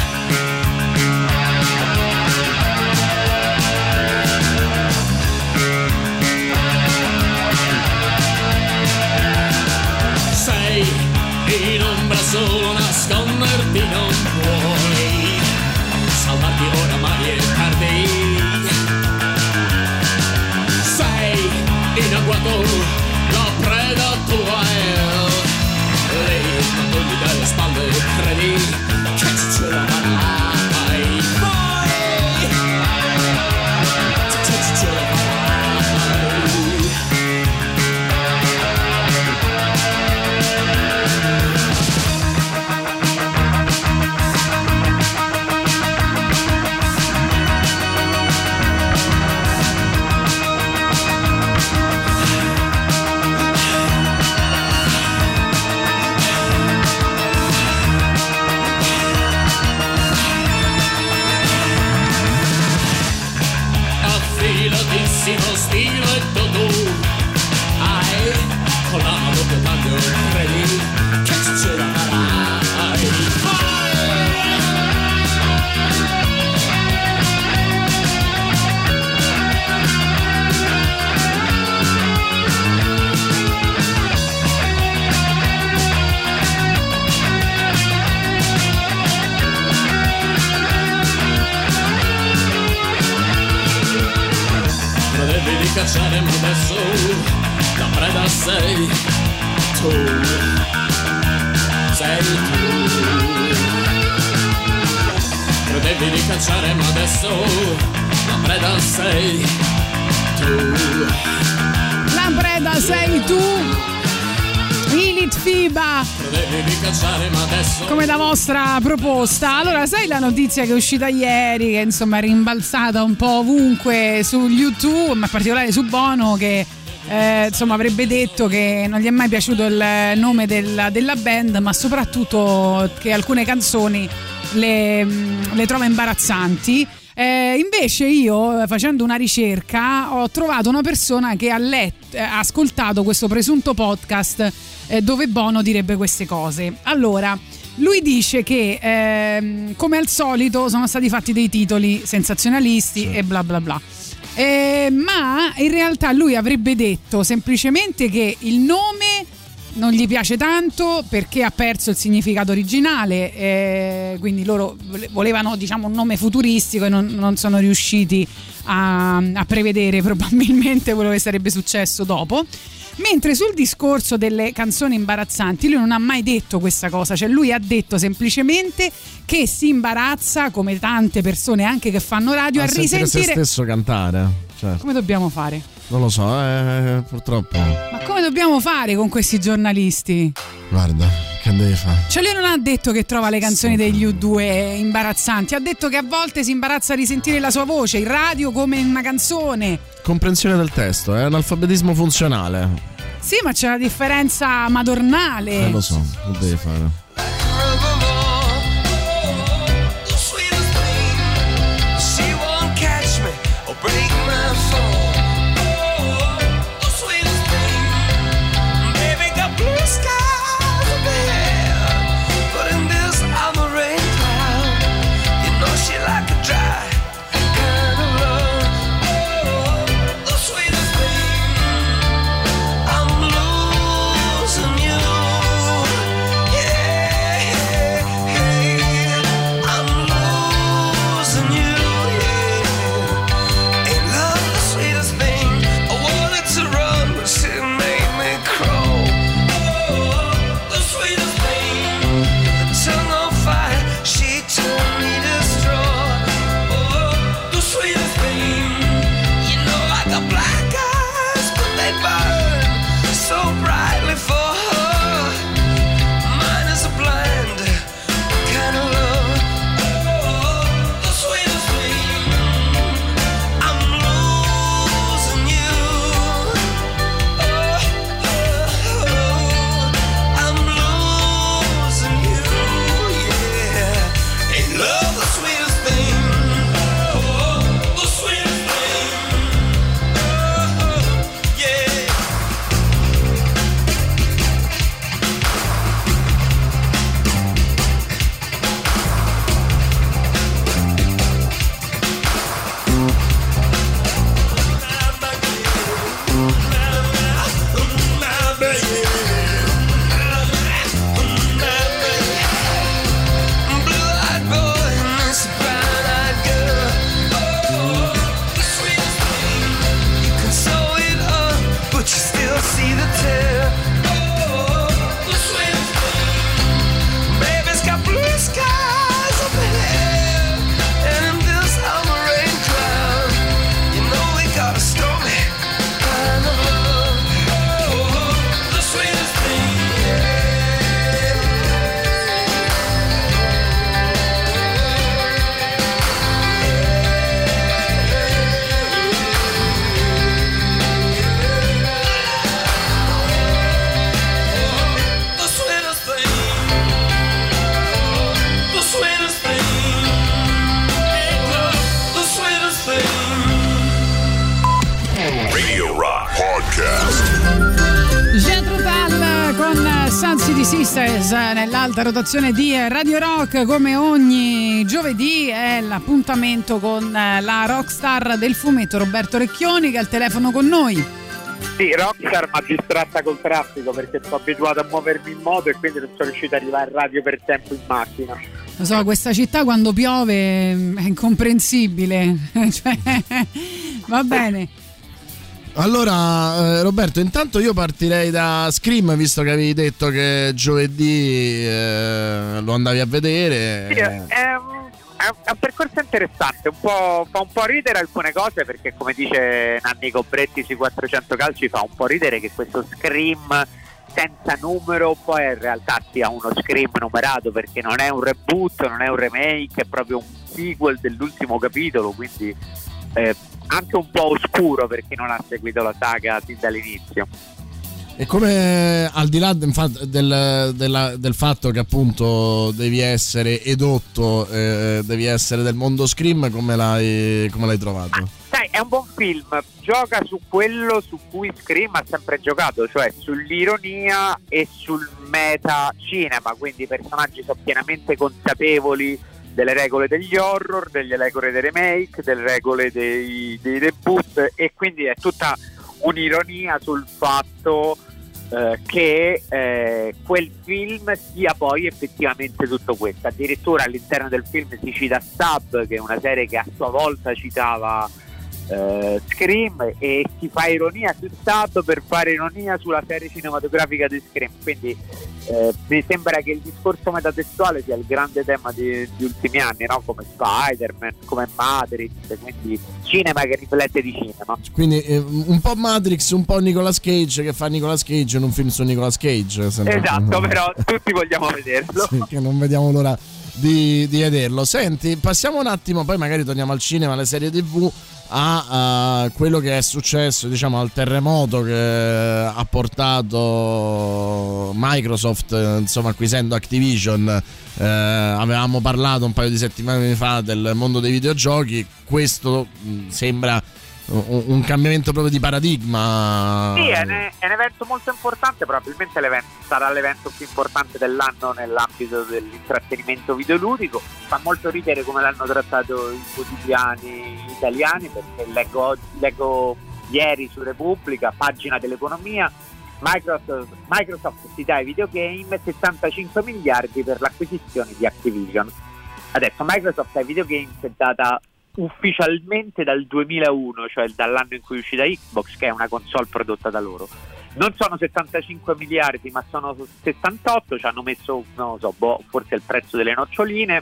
Sei in ombra solo, nasconderti non puoi, salvarti oramai è tardi. Sei in agguato, la preda tua è lei, quando gli dai le spalle credi che ce la farai. Vai, che ce la farai. Affilatissimo stiletto tu hai, con la mano doppio taglio credi che ce la farai. Credevi di cacciare ma adesso la preda sei tu, sei tu. Credevi di cacciare ma adesso la preda sei tu.
La preda sei tu. Litfiba, come da vostra proposta. Allora, sai la notizia che è uscita ieri, che insomma è rimbalzata un po' ovunque su YouTube, ma in particolare su Bono, che eh, insomma avrebbe detto che non gli è mai piaciuto il nome della, della band, ma soprattutto che alcune canzoni le, le trova imbarazzanti. Eh, invece io, facendo una ricerca, ho trovato una persona che ha letto, ha ascoltato questo presunto podcast eh, dove Bono direbbe queste cose. Allora, lui dice che eh, come al solito sono stati fatti dei titoli sensazionalisti, sì, e bla bla bla. Eh, ma in realtà lui avrebbe detto semplicemente che il nome non gli piace tanto perché ha perso il significato originale, eh, quindi loro volevano, diciamo, un nome futuristico e non, non sono riusciti a, a prevedere probabilmente quello che sarebbe successo dopo. Mentre sul discorso delle canzoni imbarazzanti lui non ha mai detto questa cosa, cioè lui ha detto semplicemente che si imbarazza, come tante persone anche che fanno radio, a,
a
risentire
se stesso cantare, certo.
Come dobbiamo fare?
Non lo so, eh, purtroppo.
Ma come dobbiamo fare con questi giornalisti?
Guarda, che devi fare?
Cioè lui non ha detto che trova le canzoni degli U due imbarazzanti, ha detto che a volte si imbarazza a risentire la sua voce in radio come in una canzone.
Comprensione del testo, è analfabetismo funzionale.
Sì, ma c'è una differenza madornale.
Eh, lo so, che devi fare?
Sisters nell'alta rotazione di Radio Rock. Come ogni giovedì è l'appuntamento con la rockstar del fumetto Roberto Recchioni, che è al telefono con noi.
Sì, rockstar ma distratta col traffico, perché sono abituato a muovermi in moto e quindi non sono riuscito ad arrivare in radio per tempo in macchina.
Lo so, questa città quando piove è incomprensibile. Cioè, va bene.
Allora eh, Roberto, intanto io partirei da Scream, visto che avevi detto che giovedì eh, lo andavi a vedere.
Sì, è, è, un, è un percorso interessante, un po', fa un po' ridere alcune cose, perché come dice Nanni Cobretti sui quattrocento calci, fa un po' ridere che questo Scream senza numero poi in realtà sia uno Scream numerato, perché non è un reboot, non è un remake, è proprio un sequel dell'ultimo capitolo, quindi eh, anche un po' oscuro per chi non ha seguito la saga sin dall'inizio.
E come, al di là del, del, della, del fatto che appunto devi essere edotto, eh, devi essere del mondo Scream, come l'hai, come l'hai trovato?
Ah, sai, è un buon film, gioca su quello su cui Scream ha sempre giocato, cioè sull'ironia e sul meta cinema, quindi i personaggi sono pienamente consapevoli delle regole degli horror, delle regole dei remake, delle regole dei, dei debut, e quindi è tutta un'ironia sul fatto eh, che eh, quel film sia poi effettivamente tutto questo. Addirittura all'interno del film si cita Stab, che è una serie che a sua volta citava Uh, Scream, e si fa ironia sul stato per fare ironia sulla serie cinematografica di Scream, quindi uh, mi sembra che il discorso metatestuale sia il grande tema degli ultimi anni, no? Come Spider-Man, come Matrix, quindi cinema che riflette di cinema,
quindi eh, un po' Matrix, un po' Nicolas Cage che fa Nicolas Cage in un film su Nicolas Cage, se
esatto
no...
però tutti vogliamo vederlo.
Sì, che non vediamo l'ora di, di vederlo. Senti, passiamo un attimo, poi magari torniamo al cinema, alle serie tv, a, a quello che è successo, diciamo, al terremoto che ha portato Microsoft, insomma, acquisendo Activision. Eh, avevamo parlato un paio di settimane fa del mondo dei videogiochi. Questo mh, sembra un, un cambiamento proprio di paradigma.
Sì, è un, è un evento molto importante, probabilmente l'evento, sarà l'evento più importante dell'anno nell'ambito dell'intrattenimento videoludico. Fa molto ridere come l'hanno trattato i quotidiani italiani, perché leggo, leggo ieri su Repubblica, pagina dell'economia, Microsoft, Microsoft si dà ai videogame settantacinque miliardi per l'acquisizione di Activision. Adesso Microsoft ai videogames è data ufficialmente dal duemilauno, cioè dall'anno in cui è uscita Xbox, che è una console prodotta da loro. Non sono settantacinque miliardi, ma sono settantotto, ci hanno messo, non lo so, boh, forse il prezzo delle noccioline.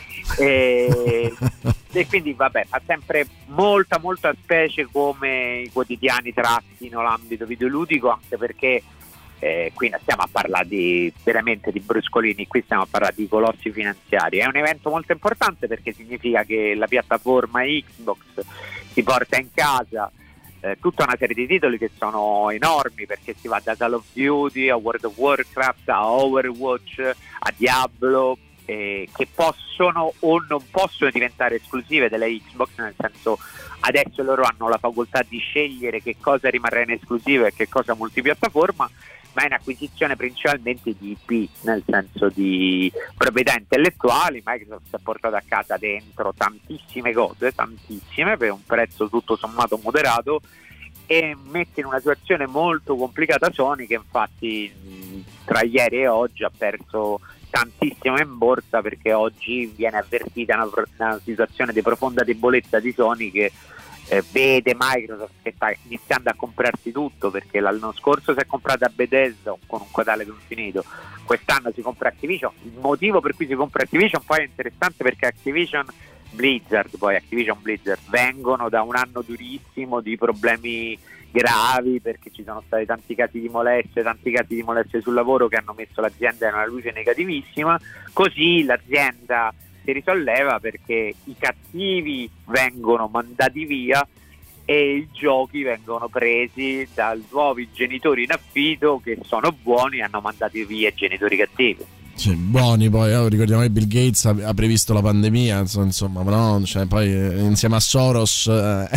E, e quindi vabbè, fa sempre molta molta specie come i quotidiani trattino l'ambito videoludico, anche perché eh, qui non stiamo a parlare di, veramente di bruscolini, qui stiamo a parlare di colossi finanziari. È un evento molto importante perché significa che la piattaforma Xbox si porta in casa eh, tutta una serie di titoli che sono enormi, perché si va da Call of Duty a World of Warcraft a Overwatch a Diablo, Eh, che possono o non possono diventare esclusive della Xbox, nel senso adesso loro hanno la facoltà di scegliere che cosa rimarrà in esclusiva e che cosa multipiattaforma, ma è un'acquisizione principalmente di I P, nel senso di proprietà intellettuali. Microsoft ha portato a casa dentro tantissime cose, tantissime, per un prezzo tutto sommato moderato, e mette in una situazione molto complicata Sony, che infatti tra ieri e oggi ha perso tantissimo in borsa, perché oggi viene avvertita una, una situazione di profonda debolezza di Sony, che eh, vede Microsoft che sta iniziando a comprarsi tutto, perché l'anno scorso si è comprata Bethesda con un catalogo infinito, quest'anno si compra Activision. Il motivo per cui si compra Activision poi è interessante, perché Activision Blizzard poi Activision Blizzard vengono da un anno durissimo di problemi gravi, perché ci sono stati tanti casi di molestie, tanti casi di molestie sul lavoro che hanno messo l'azienda in una luce negativissima. Così l'azienda si risolleva perché i cattivi vengono mandati via e i giochi vengono presi dai nuovi genitori in affitto, che sono buoni e hanno mandati via i genitori cattivi.
Sì, buoni poi, eh, ricordiamo che Bill Gates ha, ha previsto la pandemia, insomma, però cioè, poi eh, insieme a Soros eh,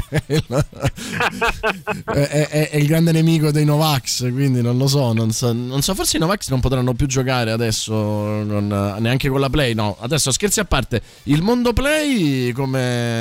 è, è, è il grande nemico dei Novax, quindi non lo so, non so, non so, forse i Novax non potranno più giocare adesso, non, neanche con la Play, no, adesso scherzi a parte, il mondo Play come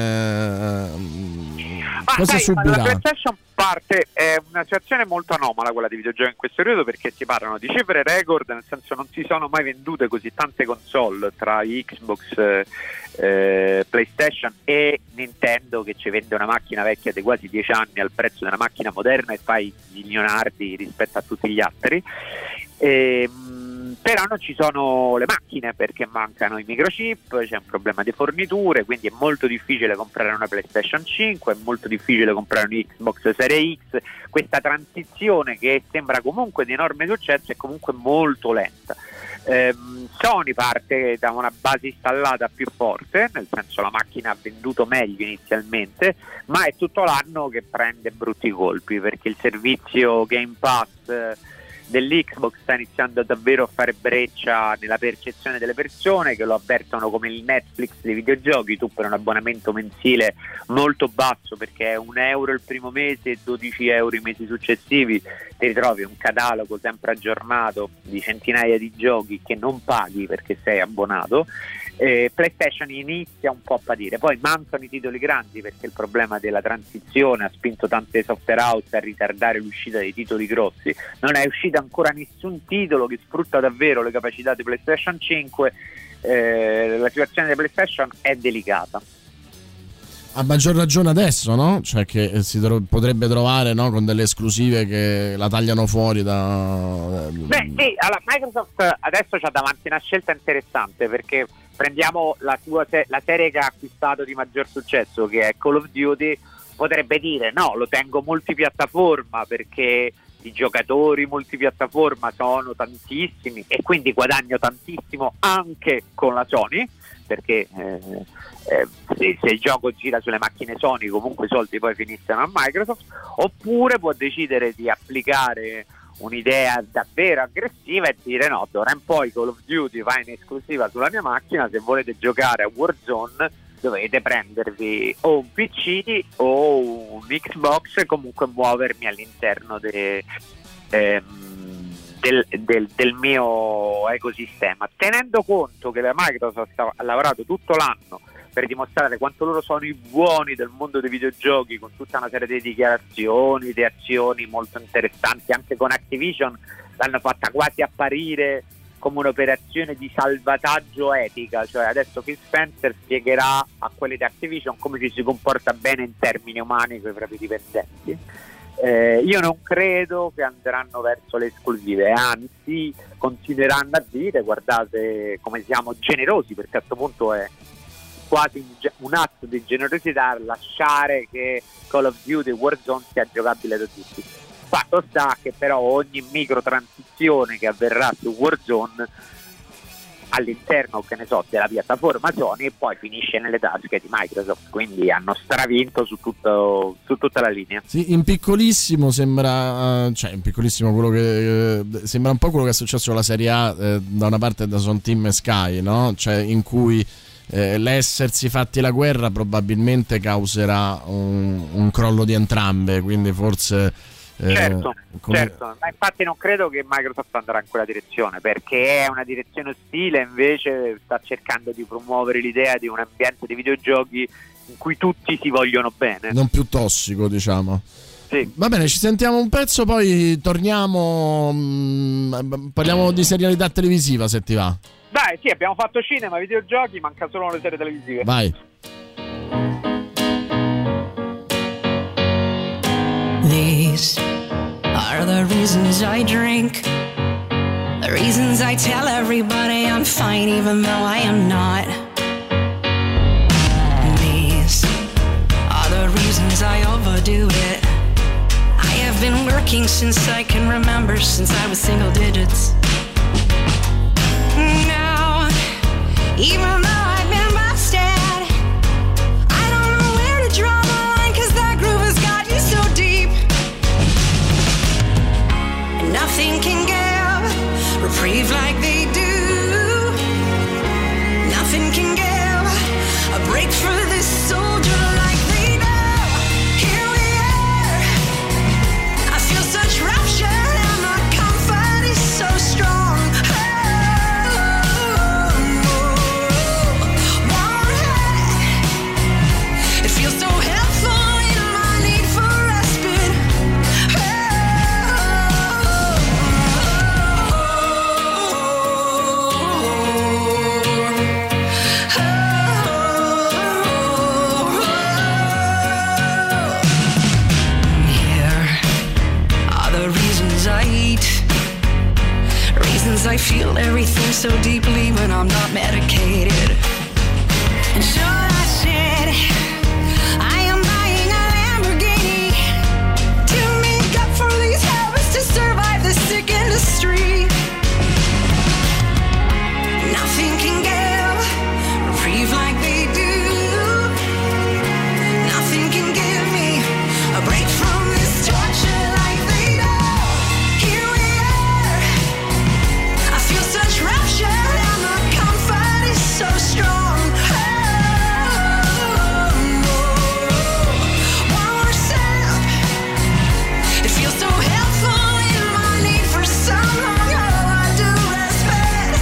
eh,
ah,
cosa
dai,
subirà?
La PlayStation parte, è una situazione molto anomala quella di videogiochi in questo periodo, perché si parlano di cifre record, nel senso non si sono mai vendute così tante console tra Xbox, eh, PlayStation e Nintendo, che ci vende una macchina vecchia di quasi dieci anni al prezzo di una macchina moderna e fa i miliardi rispetto a tutti gli altri. E, però non ci sono le macchine, perché mancano i microchip, c'è un problema di forniture, quindi è molto difficile comprare una PlayStation cinque, è molto difficile comprare un Xbox Series X. Questa transizione, che sembra comunque di enorme successo, è comunque molto lenta. Eh, Sony parte da una base installata più forte, nel senso la macchina ha venduto meglio inizialmente, ma è tutto l'anno che prende brutti colpi, perché il servizio Game Pass dell'Xbox sta iniziando davvero a fare breccia nella percezione delle persone, che lo avvertono come il Netflix dei videogiochi. Tu per un abbonamento mensile molto basso, perché è un euro il primo mese e dodici euro i mesi successivi, ti ritrovi un catalogo sempre aggiornato di centinaia di giochi che non paghi perché sei abbonato. Eh, PlayStation inizia un po' a patire, poi mancano i titoli grandi, perché il problema della transizione ha spinto tante software house a ritardare l'uscita dei titoli grossi. Non è uscito ancora nessun titolo che sfrutta davvero le capacità di PlayStation cinque. Eh, la situazione di PlayStation è delicata.
A maggior ragione adesso, no? Cioè che si tro- potrebbe trovare, no, con delle esclusive che la tagliano fuori da...
Beh sì, allora Microsoft adesso c'ha davanti una scelta interessante, perché prendiamo la, sua se- la serie che ha acquistato di maggior successo, che è Call of Duty, potrebbe dire no, lo tengo multipiattaforma perché i giocatori multipiattaforma sono tantissimi e quindi guadagno tantissimo anche con la Sony, perché eh, eh, se, se il gioco gira sulle macchine Sony comunque i soldi poi finiscono a Microsoft. Oppure può decidere di applicare un'idea davvero aggressiva e dire no, d'ora in poi Call of Duty va in esclusiva sulla mia macchina, se volete giocare a Warzone dovete prendervi o un P C o un Xbox e comunque muovermi all'interno de, ehm, del, del, del mio ecosistema, tenendo conto che la Microsoft ha lavorato tutto l'anno per dimostrare quanto loro sono i buoni del mondo dei videogiochi, con tutta una serie di dichiarazioni, di azioni molto interessanti. Anche con Activision l'hanno fatta quasi apparire come un'operazione di salvataggio etica, cioè adesso Phil Spencer spiegherà a quelli di Activision come ci si comporta bene in termini umani con i propri dipendenti. Eh, io non credo che andranno verso le esclusive, anzi continueranno a dire guardate come siamo generosi, perché a questo punto è quasi un atto di generosità lasciare che Call of Duty Warzone sia giocabile da tutti. Fatto sta che però ogni microtransizione che avverrà su Warzone all'interno, che ne so, della piattaforma Sony e poi finisce nelle tasche di Microsoft, quindi hanno stravinto su, tutto, su tutta la linea.
Sì, in piccolissimo sembra, cioè in piccolissimo quello che eh, sembra un po' quello che è successo con la Serie A, eh, da una parte da Son Team e Sky, no? Cioè in cui eh, l'essersi fatti la guerra probabilmente causerà un, un crollo di entrambe, quindi forse eh,
certo,
come...
certo, ma infatti non credo che Microsoft andrà in quella direzione, perché è una direzione ostile, invece sta cercando di promuovere l'idea di un ambiente di videogiochi in cui tutti si vogliono bene,
non più tossico, diciamo.
Sì.
Va bene, ci sentiamo un pezzo, poi torniamo, mh, parliamo di serialità televisiva, se ti va.
Dai, sì, abbiamo fatto cinema, videogiochi, manca solo le serie televisive.
Vai.
These are the reasons I drink, the reasons I tell everybody I'm fine even though I am not. These are the reasons I overdo it. I have been working since I can remember, since I was single digits. Now, even though I've been busted, I don't know where to draw the line, 'cause that groove has got you so deep. And nothing can give reprieve like they do. Nothing can give a break for this soldier like they do. Here we are, I feel such rapture and my comfort is so strong. I feel everything so deeply when I'm not medicated. And so I said, I am buying a Lamborghini to make up for these habits, to survive the sick industry. Nothing can give reprieve like they do. Nothing can give me a break from this torture like they do. Here we are, I feel such rapture and my comfort is so strong. Oh, one more step, it feels so helpful in my need for someone. Oh, I do respect.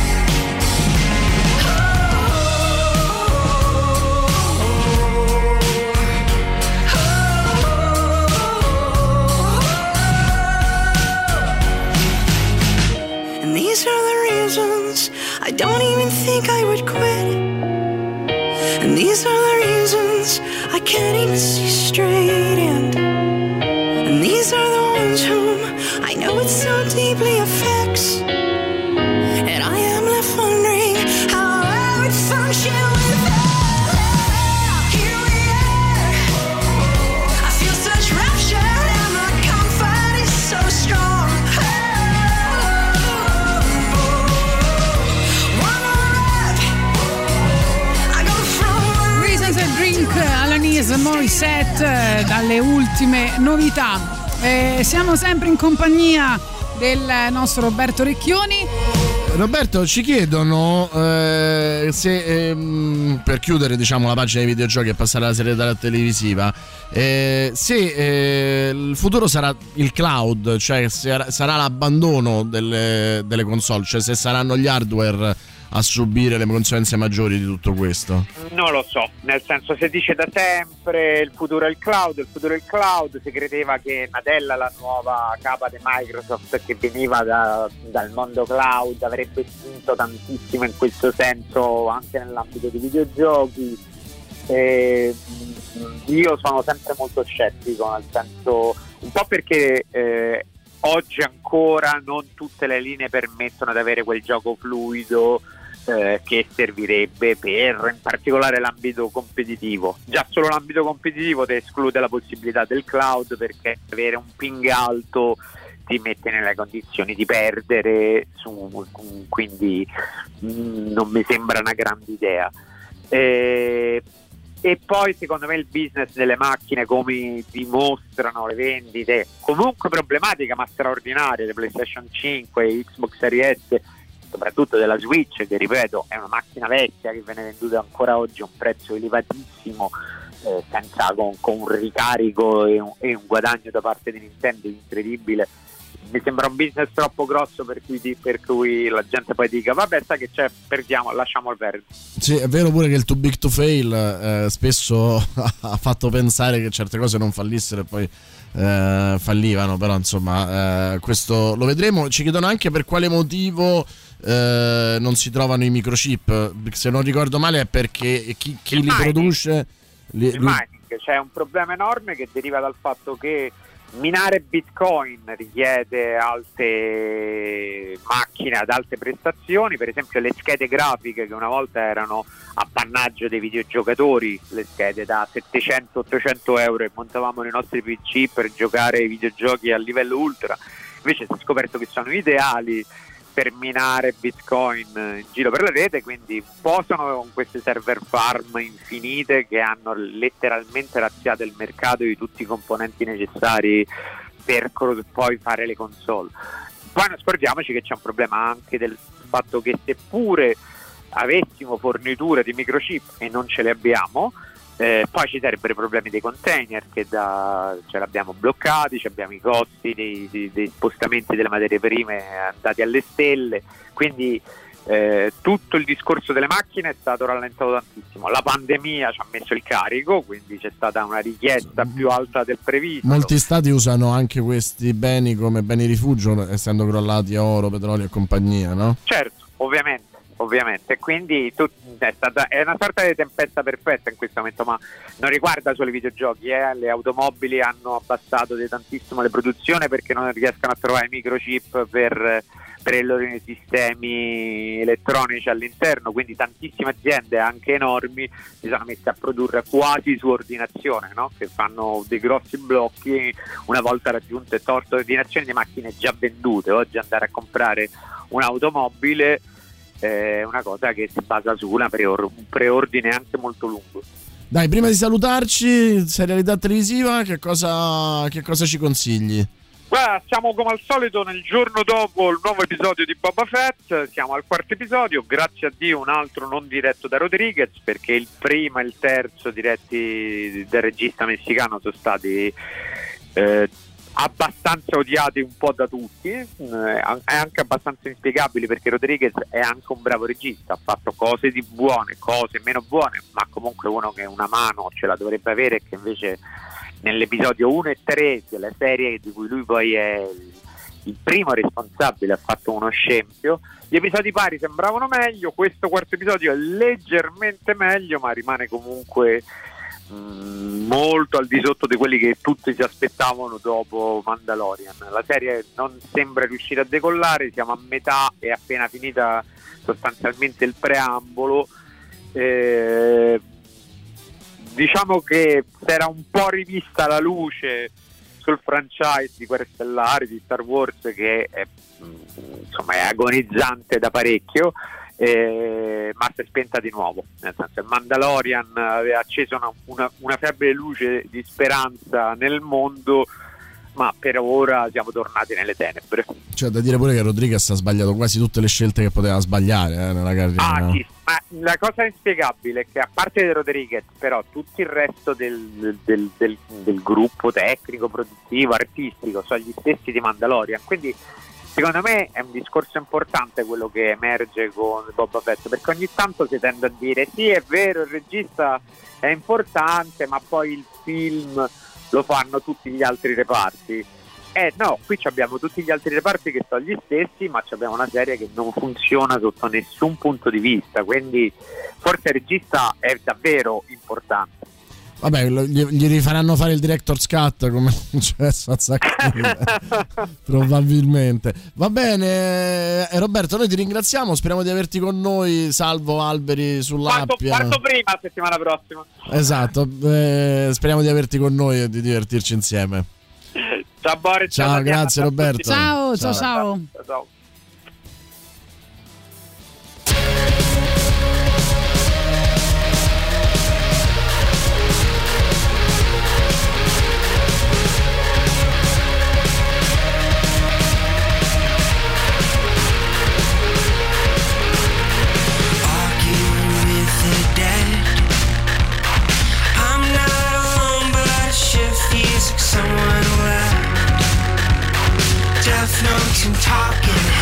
And these are the reasons I don't even think I would quit. And these are the reasons I can't even see straight. And, and these are the ones whom I know it so deeply affects. And I am left wondering how I would function without. Here we are. I feel such rapture and my comfort is so strong.
Alanis Morissette, dalle ultime novità. Eh, siamo sempre in compagnia del nostro Roberto Recchioni.
Roberto, ci chiedono eh, se ehm, per chiudere, diciamo, la pagina dei videogiochi e passare alla serialità televisiva, eh, se eh, il futuro sarà il cloud, cioè se sarà l'abbandono delle, delle console, cioè se saranno gli hardware a subire le conseguenze maggiori di tutto questo.
Non lo so, nel senso, se dice da sempre il futuro è il cloud, il futuro è il cloud, si credeva che Nadella, la nuova capa di Microsoft che veniva da, dal mondo cloud, avrebbe spinto tantissimo in questo senso anche nell'ambito dei videogiochi. E io sono sempre molto scettico, nel senso, un po' perché eh, oggi ancora non tutte le linee permettono di avere quel gioco fluido eh, che servirebbe per, in particolare, l'ambito competitivo. Già solo l'ambito competitivo ti esclude la possibilità del cloud, perché avere un ping alto ti mette nelle condizioni di perdere, su, quindi mh, non mi sembra una grande idea. E, e poi secondo me il business delle macchine, come dimostrano le vendite, comunque problematica ma straordinaria, di PlayStation cinque, Xbox Series S, soprattutto della Switch, che ripeto è una macchina vecchia che viene venduta ancora oggi a un prezzo elevatissimo, eh, senza con, con un ricarico e un, e un guadagno da parte di Nintendo incredibile. Mi sembra un business troppo grosso per cui, per cui la gente poi dica vabbè, sai che c'è, perdiamo, lasciamo il verde.
Sì, è vero pure che il too big to fail eh, spesso ha fatto pensare che certe cose non fallissero e poi eh, fallivano, però insomma eh, questo lo vedremo. Ci chiedono anche per quale motivo eh, non si trovano i microchip. Se non ricordo male è perché chi, chi li
mining.
produce li,
il mining, c'è un problema enorme che deriva dal fatto che minare Bitcoin richiede alte macchine ad alte prestazioni. Per esempio le schede grafiche, che una volta erano appannaggio dei videogiocatori, le schede da settecento ottocento euro e montavamo nei nostri P C per giocare ai videogiochi a livello ultra, invece si è scoperto che sono ideali per minare Bitcoin in giro per la rete, quindi posano con queste server farm infinite che hanno letteralmente razziato il mercato di tutti i componenti necessari per poi fare le console. Poi non scordiamoci che c'è un problema anche del fatto che seppure avessimo forniture di microchip e non ce le abbiamo, Eh, poi ci sarebbero i problemi dei container che da, ce l'abbiamo bloccati, ci abbiamo i costi dei, dei, dei spostamenti delle materie prime andati alle stelle, quindi eh, tutto il discorso delle macchine è stato rallentato tantissimo. La pandemia ci ha messo il carico, quindi c'è stata una richiesta più alta del previsto.
Molti stati usano anche questi beni come beni rifugio, essendo crollati oro, petrolio e compagnia, no?
Certo, ovviamente. Ovviamente, quindi tu, è, stata, è una sorta di tempesta perfetta in questo momento, ma non riguarda solo i videogiochi, eh? Le automobili hanno abbassato di tantissimo le produzioni perché non riescono a trovare microchip per, per i loro sistemi elettronici all'interno, quindi tantissime aziende, anche enormi, si sono messe a produrre quasi su ordinazione, no? Che fanno dei grossi blocchi una volta raggiunte torto ordinazioni di macchine già vendute. Oggi andare a comprare un'automobile è una cosa che si basa su una preor- un preordine anche molto lungo.
Dai, prima di salutarci, serialità televisiva, che cosa, che cosa ci consigli?
Guarda, siamo come al solito nel giorno dopo il nuovo episodio di Boba Fett, siamo al quarto episodio, grazie a Dio un altro non diretto da Rodriguez, perché il primo e il terzo diretti del regista messicano sono stati eh, abbastanza odiati un po' da tutti, eh, è anche abbastanza inspiegabili, perché Rodriguez è anche un bravo regista, ha fatto cose di buone, cose meno buone, ma comunque uno che una mano ce la dovrebbe avere, e che invece nell'episodio uno e tre della serie, di cui lui poi è il primo responsabile ha fatto uno scempio. Gli episodi pari sembravano meglio, questo quarto episodio è leggermente meglio, ma rimane comunque mh, molto al di sotto di quelli che tutti si aspettavano dopo Mandalorian. La serie non sembra riuscire a decollare, siamo a metà, è appena finita sostanzialmente il preambolo. Eh, diciamo che si era un po' rivista la luce sul franchise di Guerre Stellari di Star Wars, che è, insomma, è agonizzante da parecchio, eh, ma si è spenta di nuovo, nel senso il Mandalorian aveva acceso una, una, una febbre luce di speranza nel mondo, ma per ora siamo tornati nelle tenebre.
Cioè, da dire pure che Rodriguez ha sbagliato quasi tutte le scelte che poteva sbagliare eh, nella carriera.
Ah, sì, ma la cosa inspiegabile è che, a parte di Rodriguez, però tutto il resto del, del, del, del gruppo tecnico, produttivo, artistico sono gli stessi di Mandalorian. Quindi secondo me è un discorso importante quello che emerge con Boba Fett, perché ogni tanto si tende a dire sì, è vero, il regista è importante, ma poi il film lo fanno tutti gli altri reparti. Eh no, qui abbiamo tutti gli altri reparti che sono gli stessi, ma abbiamo una serie che non funziona sotto nessun punto di vista, quindi forse il regista è davvero importante.
Vabbè, gli, gli rifaranno fare il director's cut come è successo a Zacchini probabilmente. Va bene, eh, Roberto, noi ti ringraziamo, speriamo di averti con noi, salvo alberi sull'Appia.
Parto prima la settimana prossima.
Esatto, eh, speriamo di averti con noi e di divertirci insieme.
Ciao Boris,
ciao,
ciao
grazie Roberto.
Ciao, ciao, ciao.
ciao. ciao.
Someone left, death notes and talking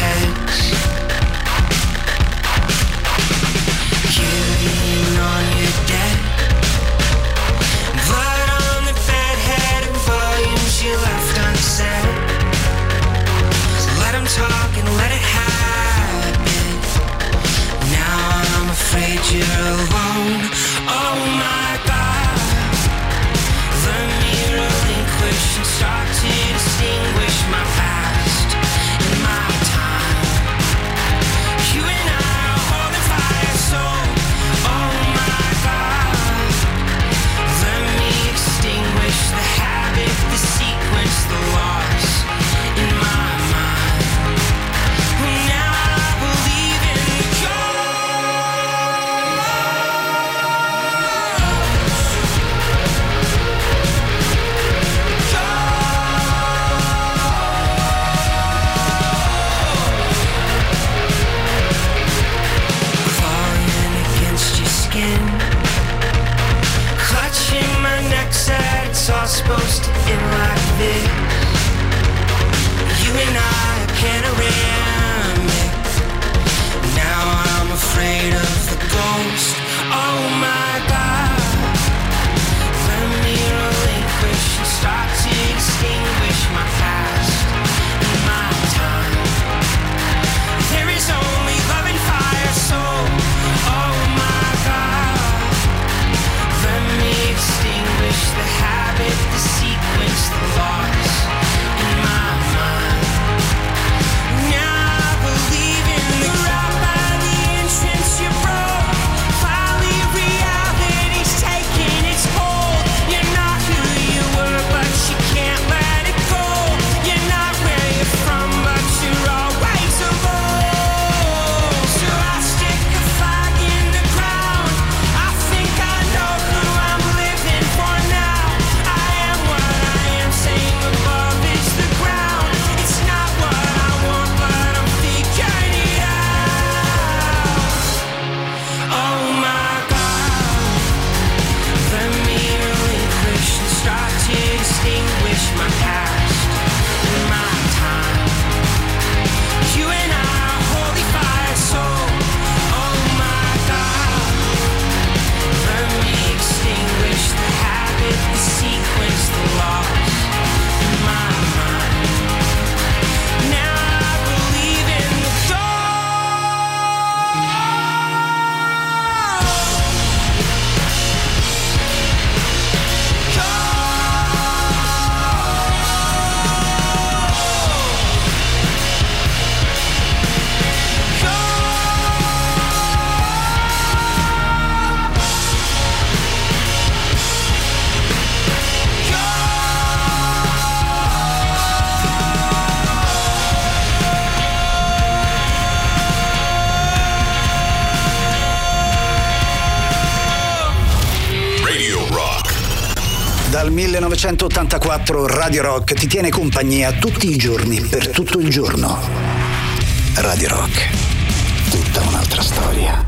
Dal millenovecentottantaquattro Radio Rock ti tiene compagnia tutti i giorni, per tutto il giorno. Radio Rock, tutta un'altra storia.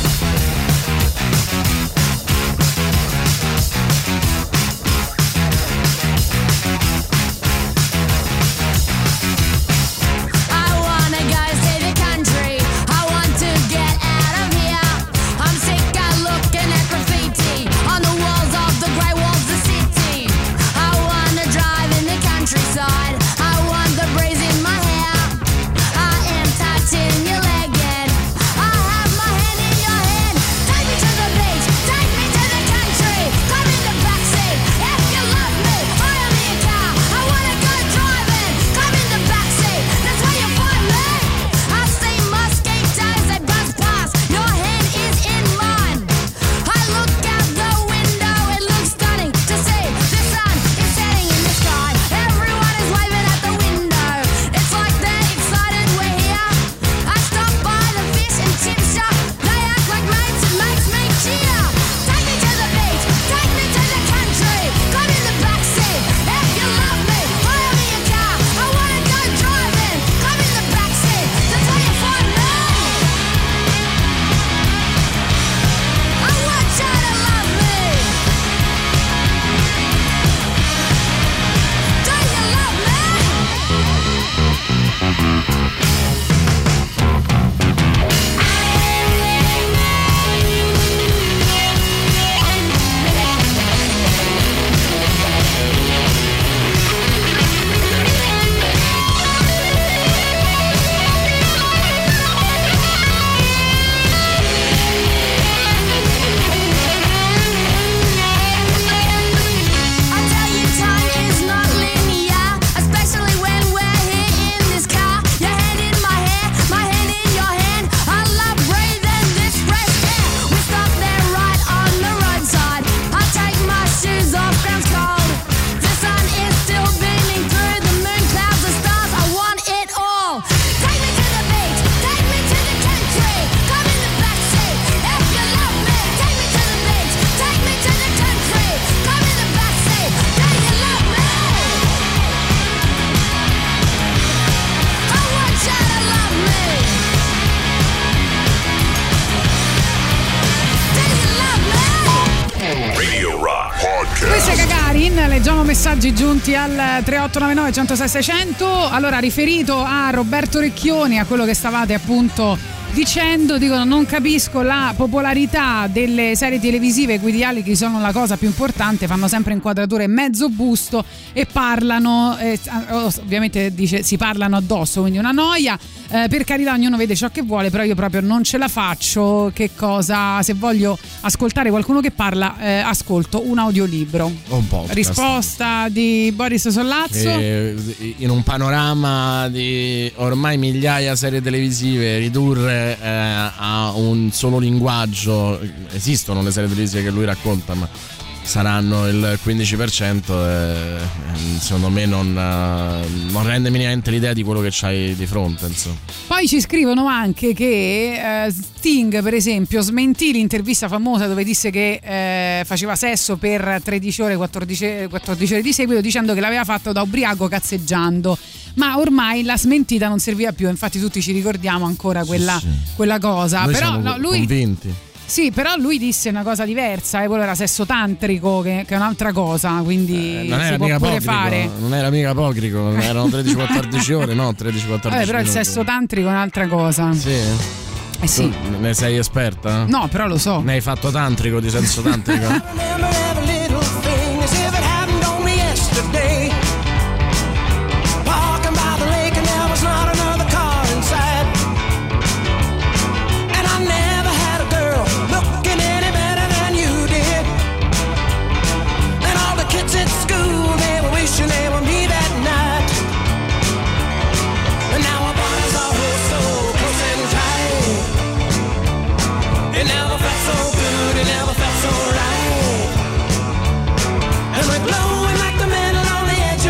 Leggiamo messaggi giunti al tre otto nove nove, centosei, seicento. Allora, riferito a Roberto Recchioni, a quello che stavate appunto dicendo, dicono: non capisco la popolarità delle serie televisive cui i reality sono la cosa più importante, fanno sempre inquadrature mezzo busto e parlano, eh, ovviamente dice si parlano addosso, quindi una noia. Eh, per carità, ognuno vede ciò che vuole, però io proprio non ce la faccio. Che cosa? Se voglio ascoltare qualcuno che parla, eh, ascolto un audiolibro.
Un po'.
Risposta di Boris Sollazzo.
Eh, in un panorama di ormai migliaia di serie televisive, ridurre eh, a un solo linguaggio, esistono le serie televisive che lui racconta, ma saranno il quindici per cento, e secondo me non, non rende minimamente l'idea di quello che c'hai di fronte, insomma.
Poi ci scrivono anche che eh, Sting, per esempio, smentì l'intervista famosa dove disse che eh, faceva sesso per tredici ore, quattordici, quattordici ore di seguito, dicendo che l'aveva fatto da ubriaco cazzeggiando. Ma ormai la smentita non serviva più, infatti tutti ci ricordiamo ancora quella, sì, sì. quella cosa.
Noi
però
siamo
no, lui
convinti.
Sì, però lui disse una cosa diversa, e eh, quello era sesso tantrico, che, che è un'altra cosa, quindi eh, non si può pure
pocrico,
fare.
Non era mica apocrico, erano tredici quattordici ore, no, tredici quattordici.
Vabbè, però
minuti.
Il sesso tantrico è un'altra cosa.
Sì.
Eh sì.
Tu ne sei esperta?
No, però lo so.
Ne hai fatto tantrico di sesso tantrico?
Glowing like the metal on the edge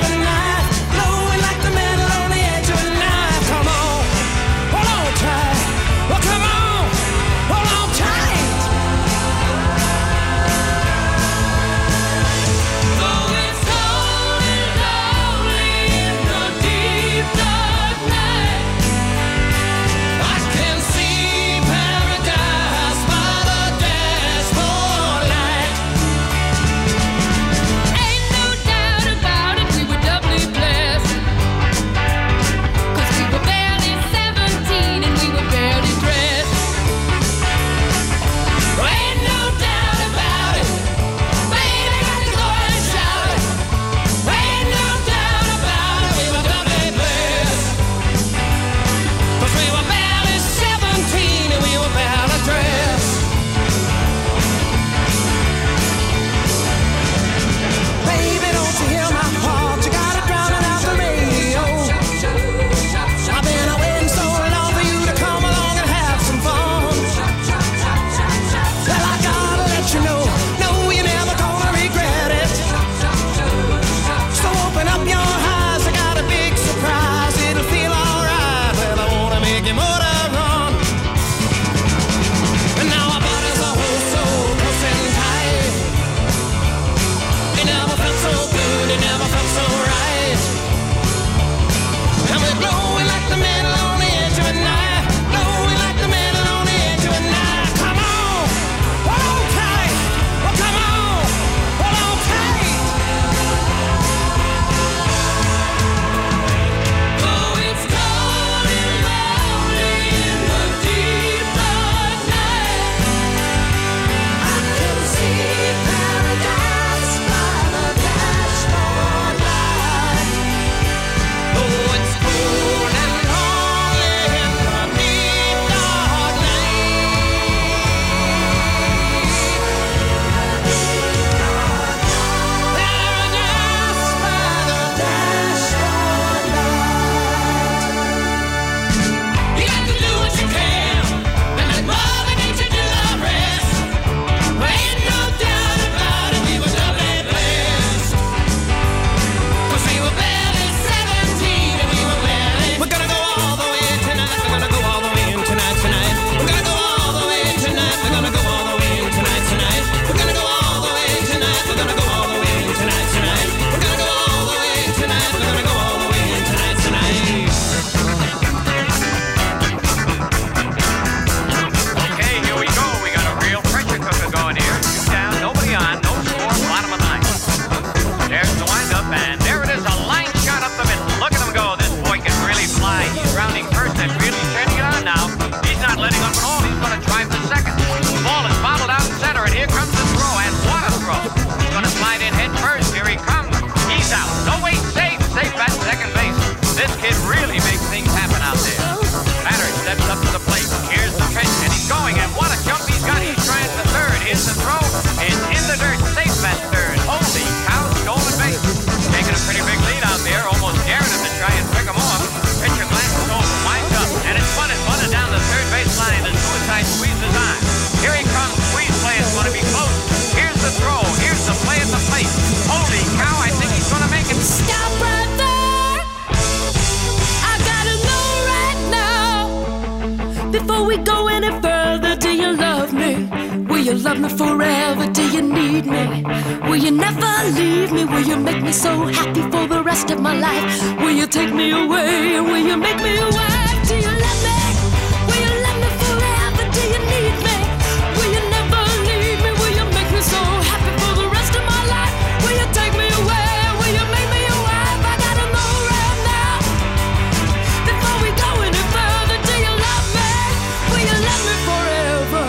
Before we go any further, do you love me? Will you love me forever? Do you need me? Will you never leave me? Will you make me so happy for the rest of my life? Will you take me away and will you make me your wife? Do you love me? Will you love me forever? Do you need me? Will you never leave me? Will you make me so happy for the rest of my life? Will you take me away? Will you make me your wife? I gotta know right now. Before we go any further, do you love me? Will you love me forever?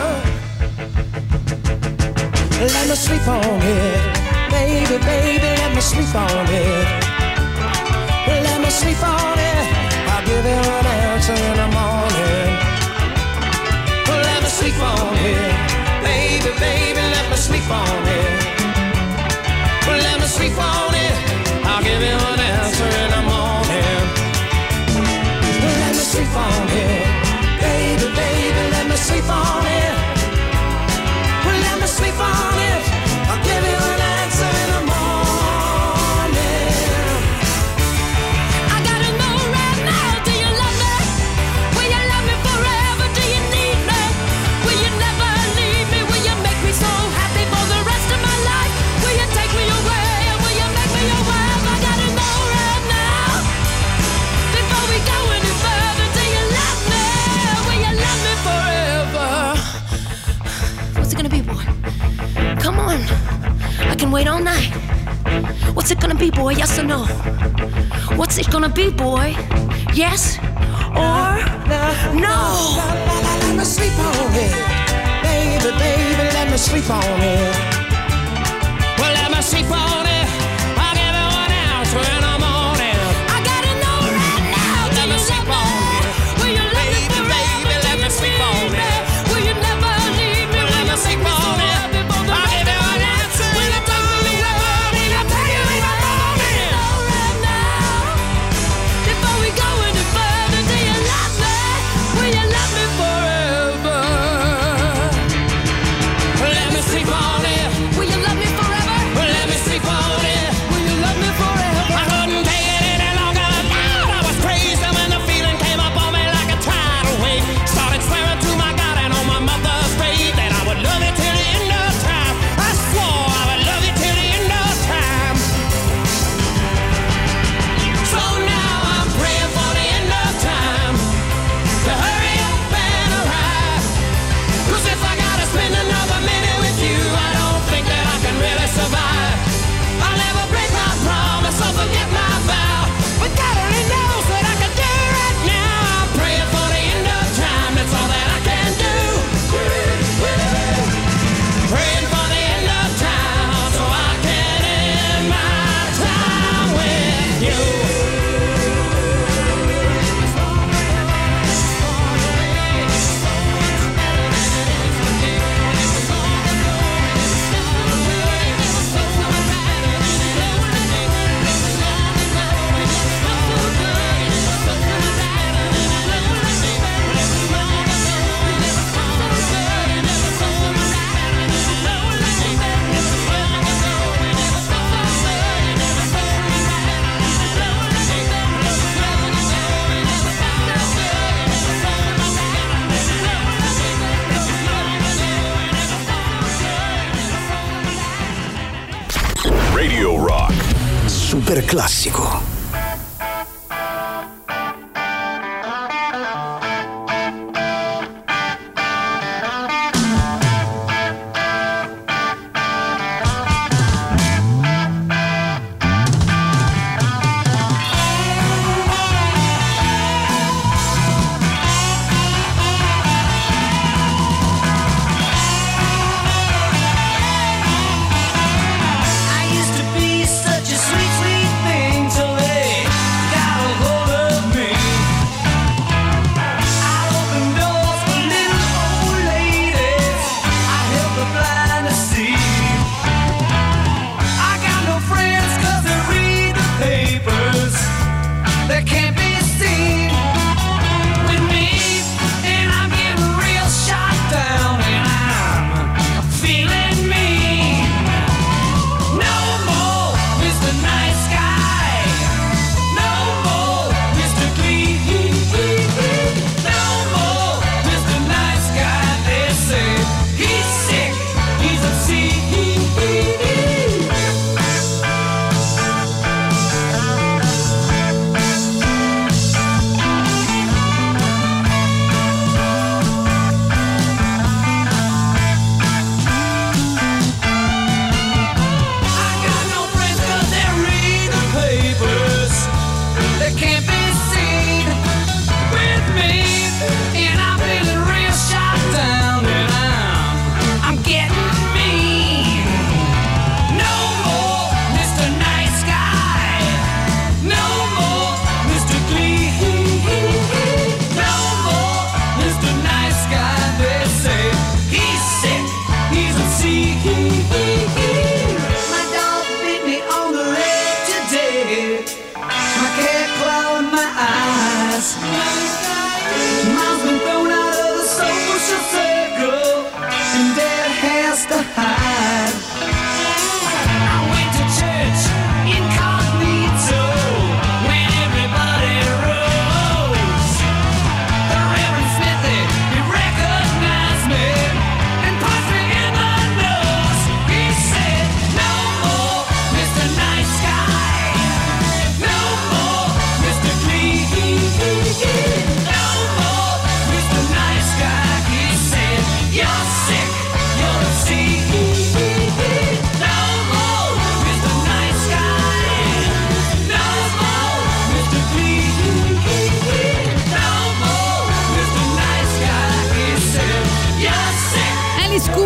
Let me sleep on it, baby, baby, let me sleep on it. Let me sleep on it, I'll give you an answer in the morning. Let me sleep on it, baby, baby, let me sleep on it. Let me sleep on it, I'll give you an answer in the morning. Let me sleep on it, baby, baby, let me sleep on it. Let me sleep on it, I'll give you an answer in the morning.
I gotta know right now, do you love me? Will you love me forever? Do you need me? Will you never leave me? Will you make me so happy for the rest of my life? Will you take me away and will you make me your wife? I gotta know right now. Before we go any further, do you love me? Will you love me forever? What's it gonna be, boy? Come on, I can wait all night. What's it gonna be, boy? Yes or no? What's it gonna be, boy? Yes or no?
Let me sleep on it, baby, baby, let me sleep on it. Well, let me sleep on it, I'll give you an answer in the morning.
I gotta know right now, do
Let me
you
sleep
love
on
me?
it,
Will you love me
baby,
forever?
baby, let
Do
me
you
sleep
need
on
me?
it.
Will you never leave me? Will
Let
you
me sleep
make me so
on it,
happy for the
I'll
rest
give you
of my
an
life?
answer
Will
in
you
the
take me away? Will you take me in the morning? Know right now. Before we go any further, do you love me? Will you love me forever?
Let me sleep on it,
Will you love me forever?
let me sleep on it.
Will you love me forever?
I couldn't take it any longer. Lord, I was crazy when the feeling came up on me like a tidal wave. Started swearing to my God and on my mother's grave that I would love you till the end of time. I swore I would love you till the end of time. So now I'm praying for the end of time to hurry up and arrive. 'Cause if I gotta spend another minute with you, I don't think that I can really survive. I'll never break my promise or forget my vow. But God only knows what I can do right now. I'm praying for the end of time, that's all that I can do. Praying for the end of time so I can end my time with you.
Radio Rock.
Super classico.
I used to be such a sweet, sweet thing till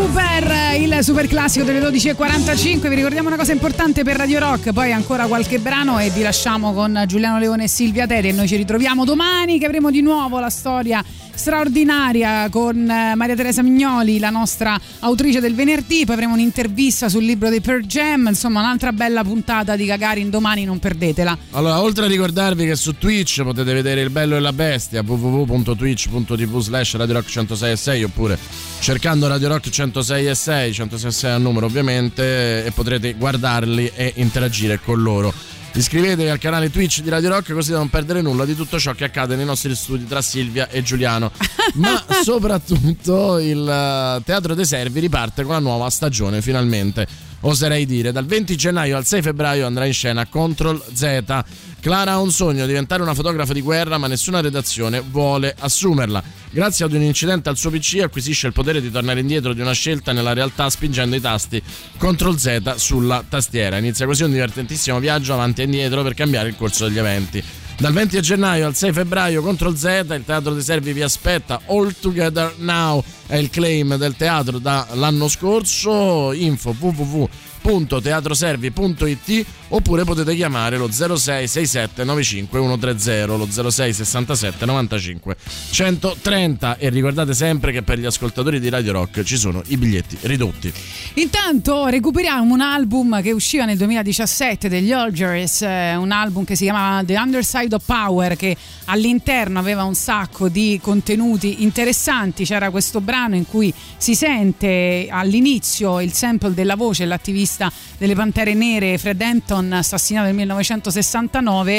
Super, il super classico delle dodici e quarantacinque. Vi ricordiamo una cosa importante per Radio Rock, poi ancora qualche brano e vi lasciamo con Giuliano Leone e Silvia Teti, e noi ci ritroviamo domani che avremo di nuovo la storia straordinaria con Maria Teresa Mignoli, la nostra autrice del venerdì, poi avremo un'intervista sul libro dei Pearl Jam, insomma un'altra bella puntata di Gagarin domani, non perdetela.
Allora, oltre a ricordarvi che su Twitch potete vedere Il Bello e la Bestia, w w w punto twitch punto t v slash Radio Rock centosei e sei, oppure cercando Radio Rock centosei e sei, centosei e sei al numero ovviamente, e potrete guardarli e interagire con loro. Iscrivetevi al canale Twitch di Radio Rock così da non perdere nulla di tutto ciò che accade nei nostri studi tra Silvia e Giuliano. Ma soprattutto il Teatro dei Servi riparte con la nuova stagione finalmente, oserei dire. Dal venti gennaio al sei febbraio andrà in scena Control Z. Clara ha un sogno, diventare una fotografa di guerra, ma nessuna redazione vuole assumerla. Grazie ad un incidente al suo P C acquisisce il potere di tornare indietro di una scelta nella realtà spingendo i tasti Control Z sulla tastiera. Inizia così un divertentissimo viaggio avanti e indietro per cambiare il corso degli eventi. Dal venti gennaio al sei febbraio Control Z, il Teatro dei Servi vi aspetta. All Together Now è il claim del teatro dall'anno scorso. Info w w w punto teatroservi punto i t, oppure potete chiamare lo zero sei sei sette nove cinque uno tre zero, lo zero sei sessantasette novantacinque centotrenta, e ricordate sempre che per gli ascoltatori di Radio Rock ci sono i biglietti ridotti.
Intanto recuperiamo un album che usciva nel duemiladiciassette degli Algers, un album che si chiamava The Underside of Power, che all'interno aveva un sacco di contenuti interessanti. C'era questo brano in cui si sente all'inizio il sample della voce, l'attivista delle Pantere Nere Fred Hampton, assassinato nel millenovecentosessantanove,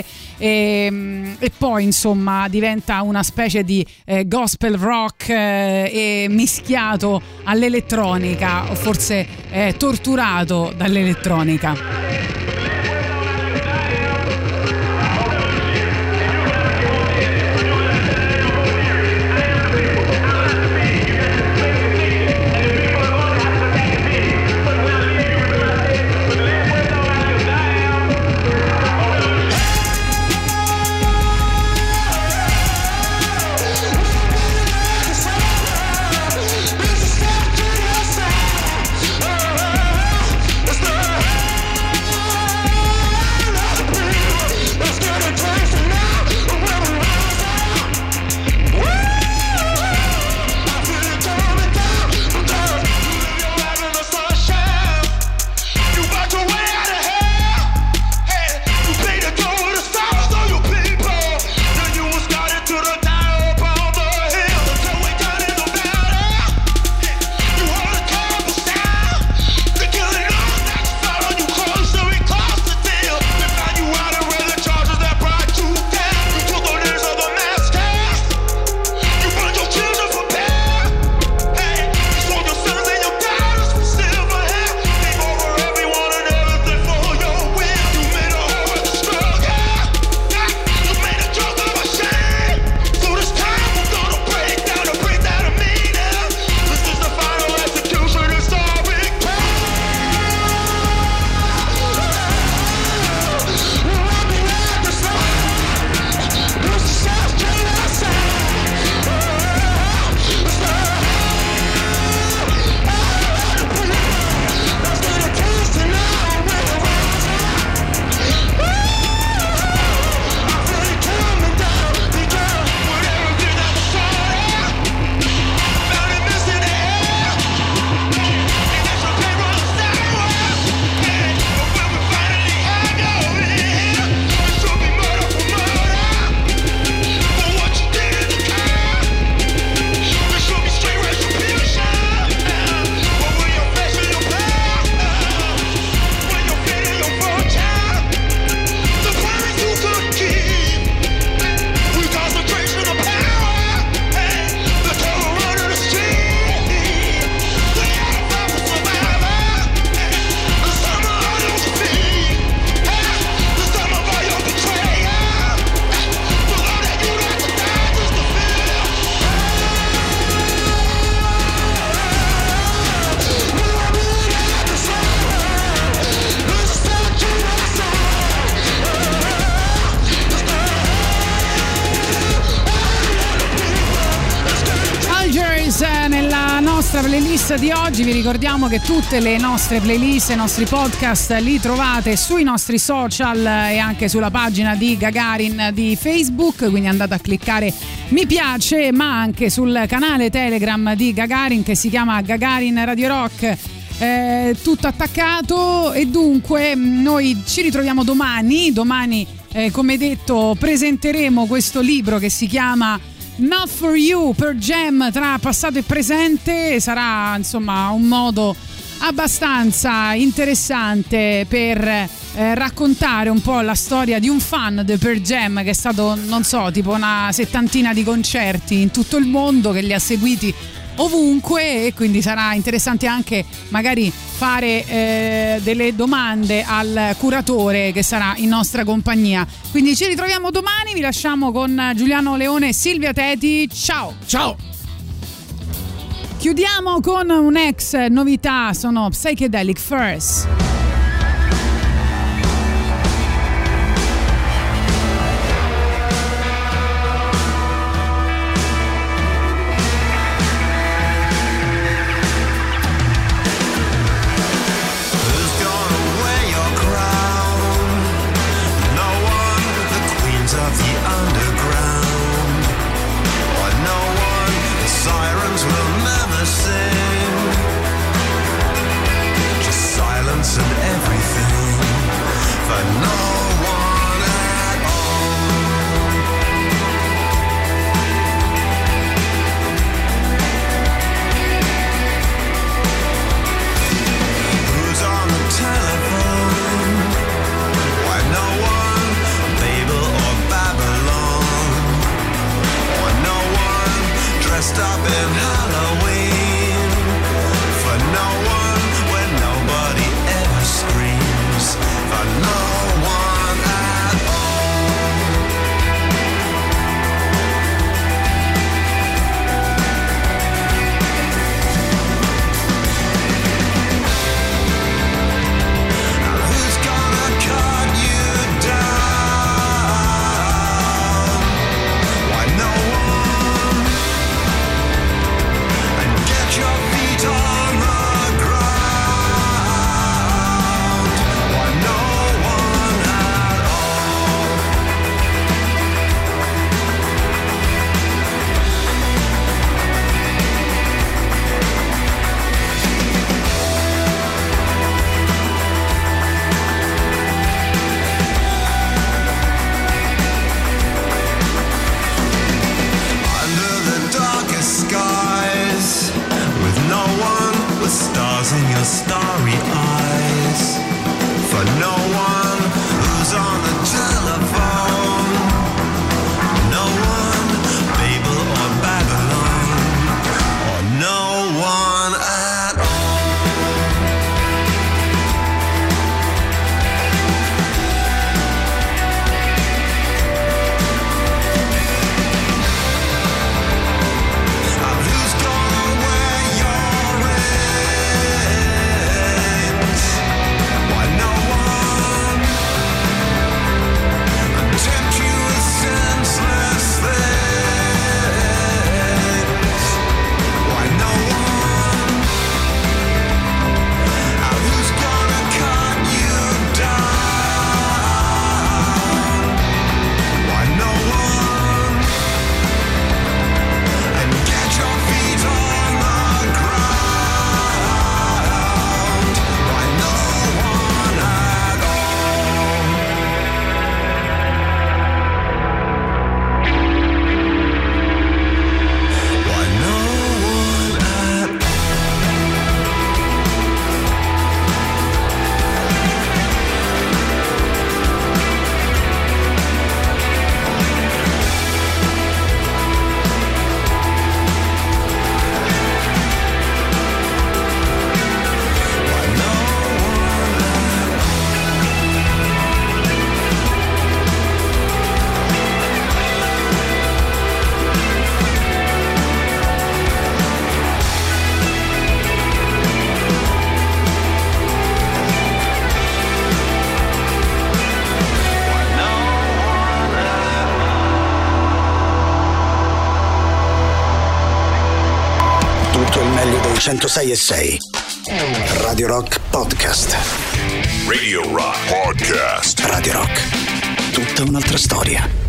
e, e poi insomma diventa una specie di eh, gospel rock eh, e mischiato all'elettronica, o forse eh, torturato dall'elettronica. nostra playlist di oggi. Vi ricordiamo che tutte le nostre playlist, i nostri podcast li trovate sui nostri social e anche sulla pagina di Gagarin di Facebook, quindi andate a cliccare mi piace, ma anche sul canale Telegram di Gagarin che si chiama Gagarin Radio Rock. Eh, tutto attaccato, e dunque noi ci ritroviamo domani. Domani, eh, come detto, presenteremo questo libro che si chiama Not For You, Pearl Jam tra passato e presente. Sarà insomma un modo abbastanza interessante per eh, raccontare un po' la storia di un fan del Pearl Jam che è stato, non so, tipo una settantina di concerti in tutto il mondo, che li ha seguiti ovunque, e quindi sarà interessante anche magari fare eh, delle domande al curatore che sarà in nostra compagnia. Quindi ci ritroviamo domani, vi lasciamo con Giuliano Leone e Silvia Teti. Ciao
ciao.
Chiudiamo con un'ex novità, sono Psychedelic Furs.
And everything for no one at all. Who's on the telephone? Why no one? Babel or Babylon? Why no one dressed up in Halloween? For no one when nobody screams for no one at all. Now who's gonna cut you down? Why no one? And get your feet on the ground. No one at all. Under the darkest skies, with no one, with stars in your starry eyes. For no one who's on the telephone, no one, Babel or Babylon, or no one at all. And who's gonna wear your ring?
meglio dei centosei e sei. Radio Rock Podcast.
Radio Rock Podcast.
Radio Rock. Tutta un'altra storia.